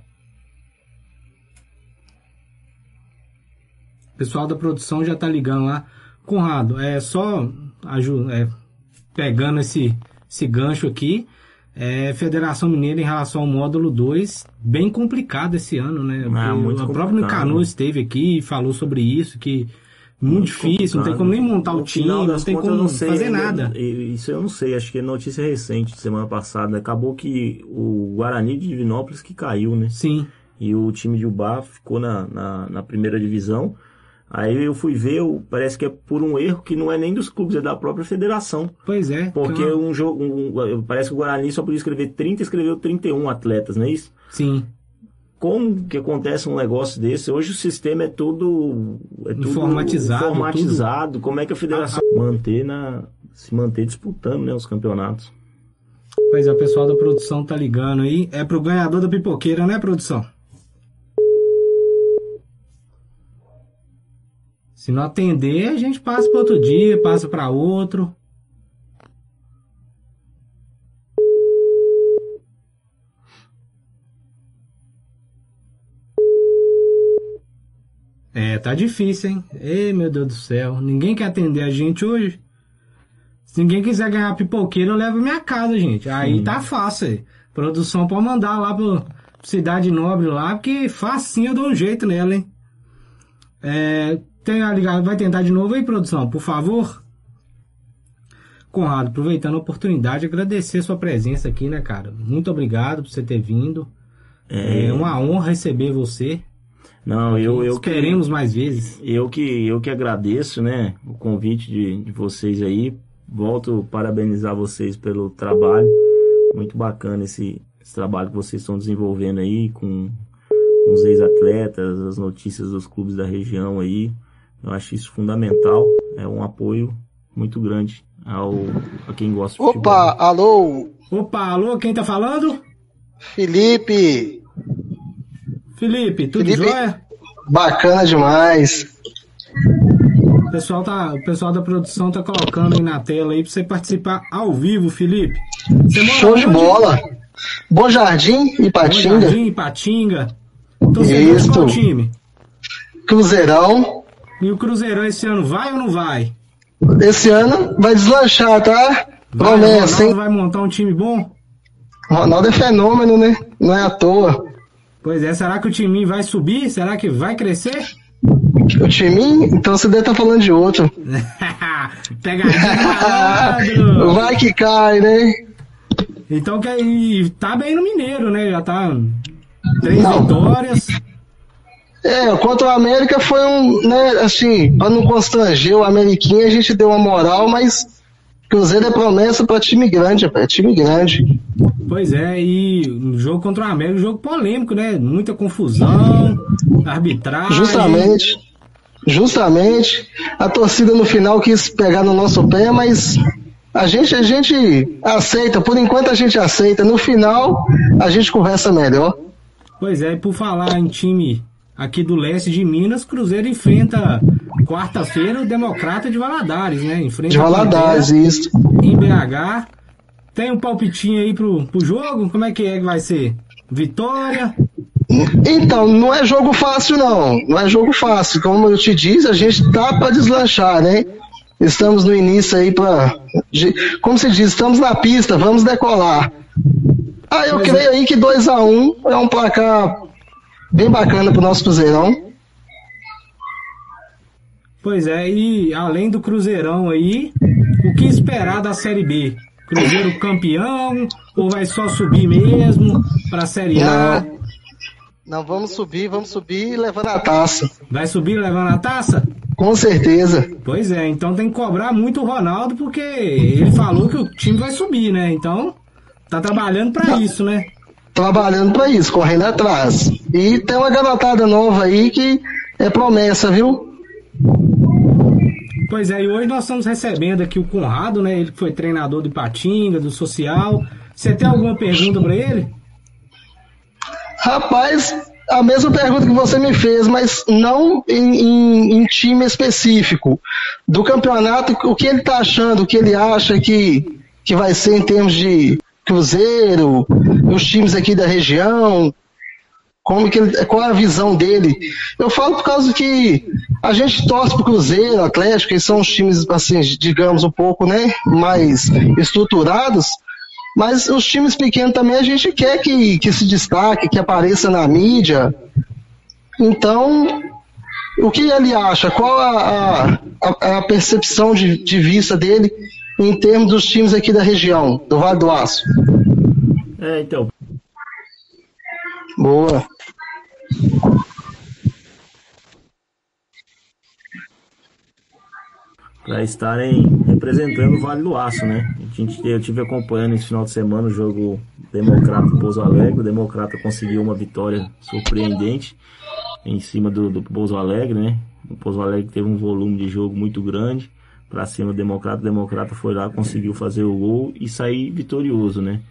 O pessoal da produção já tá ligando lá. Conrado, é só aju- é, pegando esse, esse gancho aqui. É, Federação Mineira em relação ao módulo dois, bem complicado esse ano, né? Ah, muito o próprio complicado. Nicanor esteve aqui e falou sobre isso, que muito, Muito difícil, não tem complicado. como nem montar o No time, final não das tem contas, como eu não sei fazer ainda, nada. e- Isso eu não sei, acho que é notícia recente, de semana passada. Acabou que o Guarani de Divinópolis que caiu, né? Sim, E o time de Ubá ficou na, na, na primeira divisão. Aí eu fui ver, o- parece que é por um erro que não é nem dos clubes, é da própria federação. pois é. Porque que é uma- um jogo, um- parece que o Guarani só podia escrever trinta, escreveu trinta e um atletas, não é isso? Sim, como que acontece um negócio desse? Hoje o sistema é tudo, é tudo informatizado, informatizado. tudo. Como é que a federação manter na, se manter disputando, né, os campeonatos? Pois é, o pessoal da produção tá ligando aí. É pro ganhador da pipoqueira, né, produção? Se não atender, a gente passa para outro dia, passa para outro. É, tá difícil, hein? Ei, meu Deus do céu. Ninguém quer atender a gente hoje. Se ninguém quiser ganhar pipoqueira, eu levo minha casa, gente. Aí Sim. tá fácil aí. Produção pode mandar lá pro Cidade Nobre lá, porque facinho eu dou um jeito nela, hein? É, tem a ligada, vai tentar de novo aí, produção, por favor? Conrado, aproveitando a oportunidade, agradecer a sua presença aqui, né, cara? Muito obrigado por você ter vindo. É, é uma honra receber você. Não, eu, eu Esperemos que, mais vezes. Eu que, eu que agradeço, né, o convite de, de vocês aí. Volto a parabenizar vocês pelo trabalho. Muito bacana esse, esse trabalho que vocês estão desenvolvendo aí com os ex-atletas, as notícias dos clubes da região aí. Eu acho isso fundamental. É um apoio muito grande ao, a quem gosta de futebol. Opa, alô? Opa, alô, quem tá falando? Felipe. Felipe, tudo Felipe, jóia? Bacana demais. O pessoal, tá, o pessoal da produção tá colocando aí na tela aí pra você participar ao vivo, Felipe. Você mora Show de onde? bola. Bom Jardim, Ipatinga. Bom Jardim, Ipatinga. Torcedor de qual time? Cruzeirão. E o Cruzeirão esse ano vai ou não vai? Esse ano vai deslanchar, tá? Vai, Promessa, hein? Vai montar um time bom? Ronaldo é fenômeno, né? Não é à toa. Pois é, será que o time vai subir? Será que vai crescer? O time? Então você deve estar falando de outro. Pegadinha. Vai que cai, né? Então que tá bem no Mineiro, né? Já tá três Não. vitórias. É, contra o América foi um, né, assim, pra não constranger o Ameriquinha, a gente deu uma moral, mas Cruzeiro é promessa pra time grande, é time grande. Pois é, e o jogo contra o América, um jogo polêmico, né? Muita confusão, arbitragem. Justamente, justamente, a torcida no final quis pegar no nosso pé, mas a gente, a gente aceita, por enquanto a gente aceita, no final a gente conversa melhor. Pois é, e por falar em time aqui do leste de Minas, Cruzeiro enfrenta quarta-feira o Democrata de Valadares, né? Enfrenta de Valadares, isso. Em B H. Tem um palpitinho aí pro, pro jogo? Como é que é que vai ser? Vitória? Então, não é jogo fácil não, não é jogo fácil. Como eu te disse, a gente tá para deslanchar, né? Estamos no início aí para, como se diz, estamos na pista, vamos decolar. Ah, eu Mas creio é... aí que dois a um é um placar bem bacana pro nosso Cruzeirão. Pois é, e além do Cruzeirão aí, o que esperar da Série B? Cruzeiro campeão ou vai só subir mesmo para a Série A? Não, não, vamos subir, vamos subir levando a taça. Vai subir levando a taça? Com certeza. Pois é, então tem que cobrar muito o Ronaldo, porque ele falou que o time vai subir, né? Então, tá trabalhando para isso, né? Trabalhando para isso, correndo atrás. E tem uma garotada nova aí que é promessa, viu? Pois é, e hoje nós estamos recebendo aqui o Conrado, né? Ele que foi treinador do Ipatinga, do Social. Você tem alguma pergunta para ele? Rapaz, a mesma pergunta que você me fez, mas não em, em, em time específico. Do campeonato, o que ele está achando, o que ele acha que, que vai ser em termos de Cruzeiro, os times aqui da região, como que ele, qual é a visão dele. Eu falo por causa que a gente torce pro Cruzeiro, Atlético, que são os times, assim, digamos, um pouco, né, mais estruturados, mas os times pequenos também a gente quer que, que se destaque, que apareça na mídia. Então, o que ele acha? Qual a, a, a percepção de, de vista dele em termos dos times aqui da região, do Vale do Aço? É, então. Boa. Para estarem representando o Vale do Aço, né? A gente, eu tive acompanhando esse final de semana o jogo Democrata do Pouso Alegre. O Democrata conseguiu uma vitória surpreendente em cima do, do Pouso Alegre, né? O Pouso Alegre teve um volume de jogo muito grande para cima do Democrata. O Democrata foi lá, conseguiu fazer o gol e sair vitorioso, né?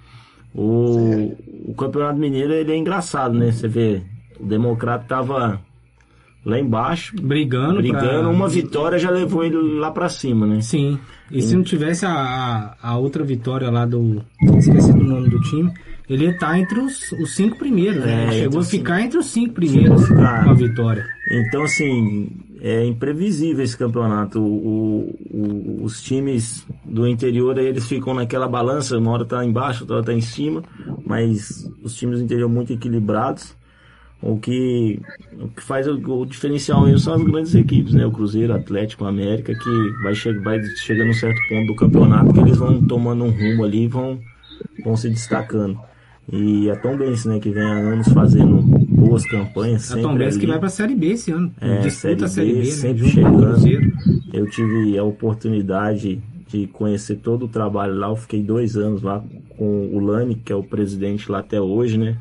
O, o Campeonato Mineiro, ele é engraçado, né? Você vê, o Democrata tava lá embaixo, brigando, brigando pra... uma vitória já levou ele lá pra cima, né? Sim, e, e... se não tivesse a, a, a outra vitória lá do... esqueci do nome do time, ele ia estar entre os, os cinco primeiros, né? É, ele chegou a ficar cinco... entre os cinco primeiros com a vitória. Então, assim, é imprevisível esse campeonato. O, o, os times do interior, aí, eles ficam naquela balança, uma hora tá embaixo, outra hora tá em cima, mas os times do interior muito equilibrados. O que, o que faz o, o diferencial mesmo são as grandes equipes, né? O Cruzeiro, Atlético, América, que vai, che vai chegando a um certo ponto do campeonato que eles vão tomando um rumo ali e vão, vão se destacando. E a Tombense, né, que vem há anos fazendo boas campanhas. A Tombense que vai pra Série B esse ano. É, disputa série B, a Série B, sempre né, chegando. Eu tive a oportunidade de conhecer todo o trabalho lá. Eu fiquei dois anos lá com o Lani, que é o presidente lá até hoje, né?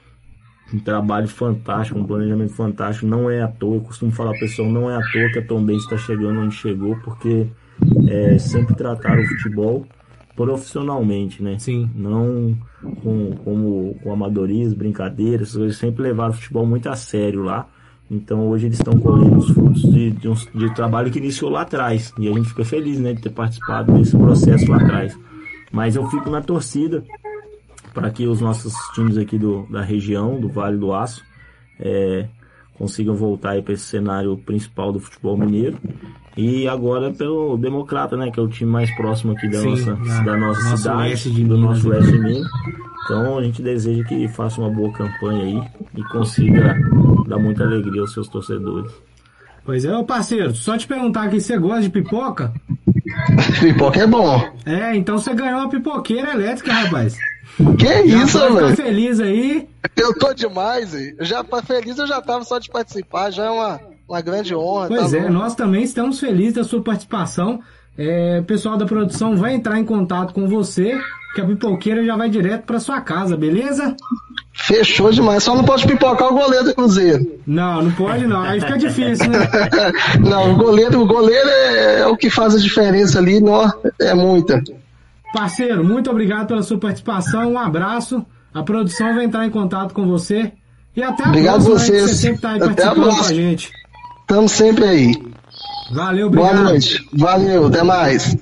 Um trabalho fantástico, um planejamento fantástico. Não é à toa, eu costumo falar, pessoal, não é à toa que a Tombense está chegando onde chegou, porque é, sempre trataram o futebol profissionalmente, né? Sim. Não com, como, com amadorismo, brincadeiras, eles sempre levaram o futebol muito a sério lá. Então hoje eles estão colhendo os frutos de, de, um, de trabalho que iniciou lá atrás. E a gente fica feliz, né, de ter participado desse processo lá atrás. Mas eu fico na torcida para que os nossos times aqui do, da região, do Vale do Aço, é, consigam voltar para esse cenário principal do futebol mineiro. E agora pelo Democrata, né, que é o time mais próximo aqui da Sim, nossa, na, da nossa cidade, do Minas, nosso Oeste de Minas. Então a gente deseja que faça uma boa campanha aí e consiga dar muita alegria aos seus torcedores. Pois é, ô parceiro, só te perguntar aqui, você gosta de pipoca? Pipoca é bom. É, então você ganhou uma pipoqueira elétrica, rapaz. Que já isso, velho? velho? Tá feliz aí? Eu tô demais, velho. Já pra feliz eu já tava só de participar, já é uma, uma grande honra. Pois tá é, louco. nós também estamos felizes da sua participação. É, o pessoal da produção vai entrar em contato com você, que a pipoqueira já vai direto pra sua casa, beleza? Fechou demais, só não pode pipocar o goleiro do Cruzeiro. Não, não pode não, aí fica difícil, né? Não, o goleiro, o goleiro é, é o que faz a diferença ali, não, é muita. Parceiro, muito obrigado pela sua participação, um abraço, a produção vai entrar em contato com você e até a obrigado próxima, vocês. Né, que você sempre tá aí até participando com a gente. Estamos sempre aí. Valeu, obrigado. Boa noite, valeu, até mais.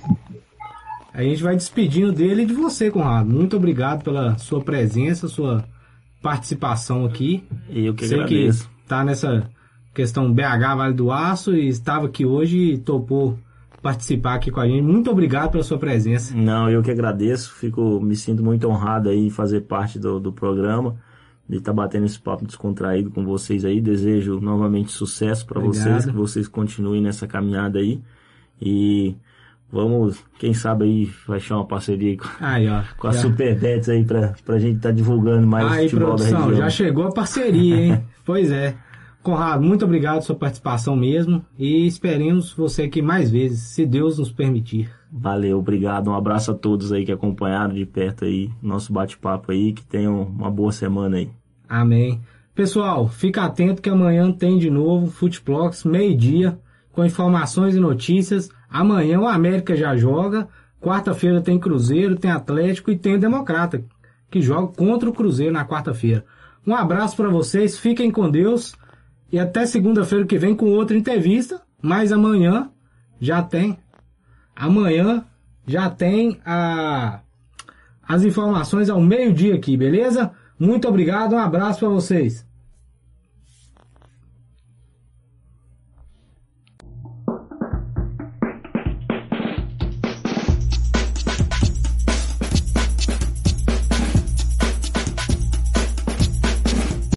A gente vai despedindo dele e de você, Conrado. Muito obrigado pela sua presença, sua participação aqui. Eu que Sei agradeço. que tá nessa questão B H Vale do Aço e estava aqui hoje e topou participar aqui com a gente. Muito obrigado pela sua presença. Não, eu que agradeço. Fico, me sinto muito honrado aí em fazer parte do, do programa, de estar tá batendo esse papo descontraído com vocês aí. Desejo novamente sucesso para vocês, que vocês continuem nessa caminhada aí. E vamos, quem sabe aí, achar uma parceria com, aí, ó, com a já. Superbets aí pra, pra gente estar tá divulgando mais aí, o futebol produção, da região. Já chegou a parceria, hein? Pois é. Conrado, muito obrigado pela sua participação mesmo e esperemos você aqui mais vezes, se Deus nos permitir. Valeu, obrigado. Um abraço a todos aí que acompanharam de perto aí nosso bate-papo aí, que tenham uma boa semana aí. Amém. Pessoal, fica atento que amanhã tem de novo Futeplox, meio-dia, com informações e notícias. Amanhã o América já joga, quarta-feira tem Cruzeiro, tem Atlético e tem o Democrata, que joga contra o Cruzeiro na quarta-feira. Um abraço para vocês, fiquem com Deus e até segunda-feira que vem com outra entrevista, mas amanhã já tem, amanhã já tem a, as informações ao meio-dia aqui, beleza? Muito obrigado, um abraço para vocês.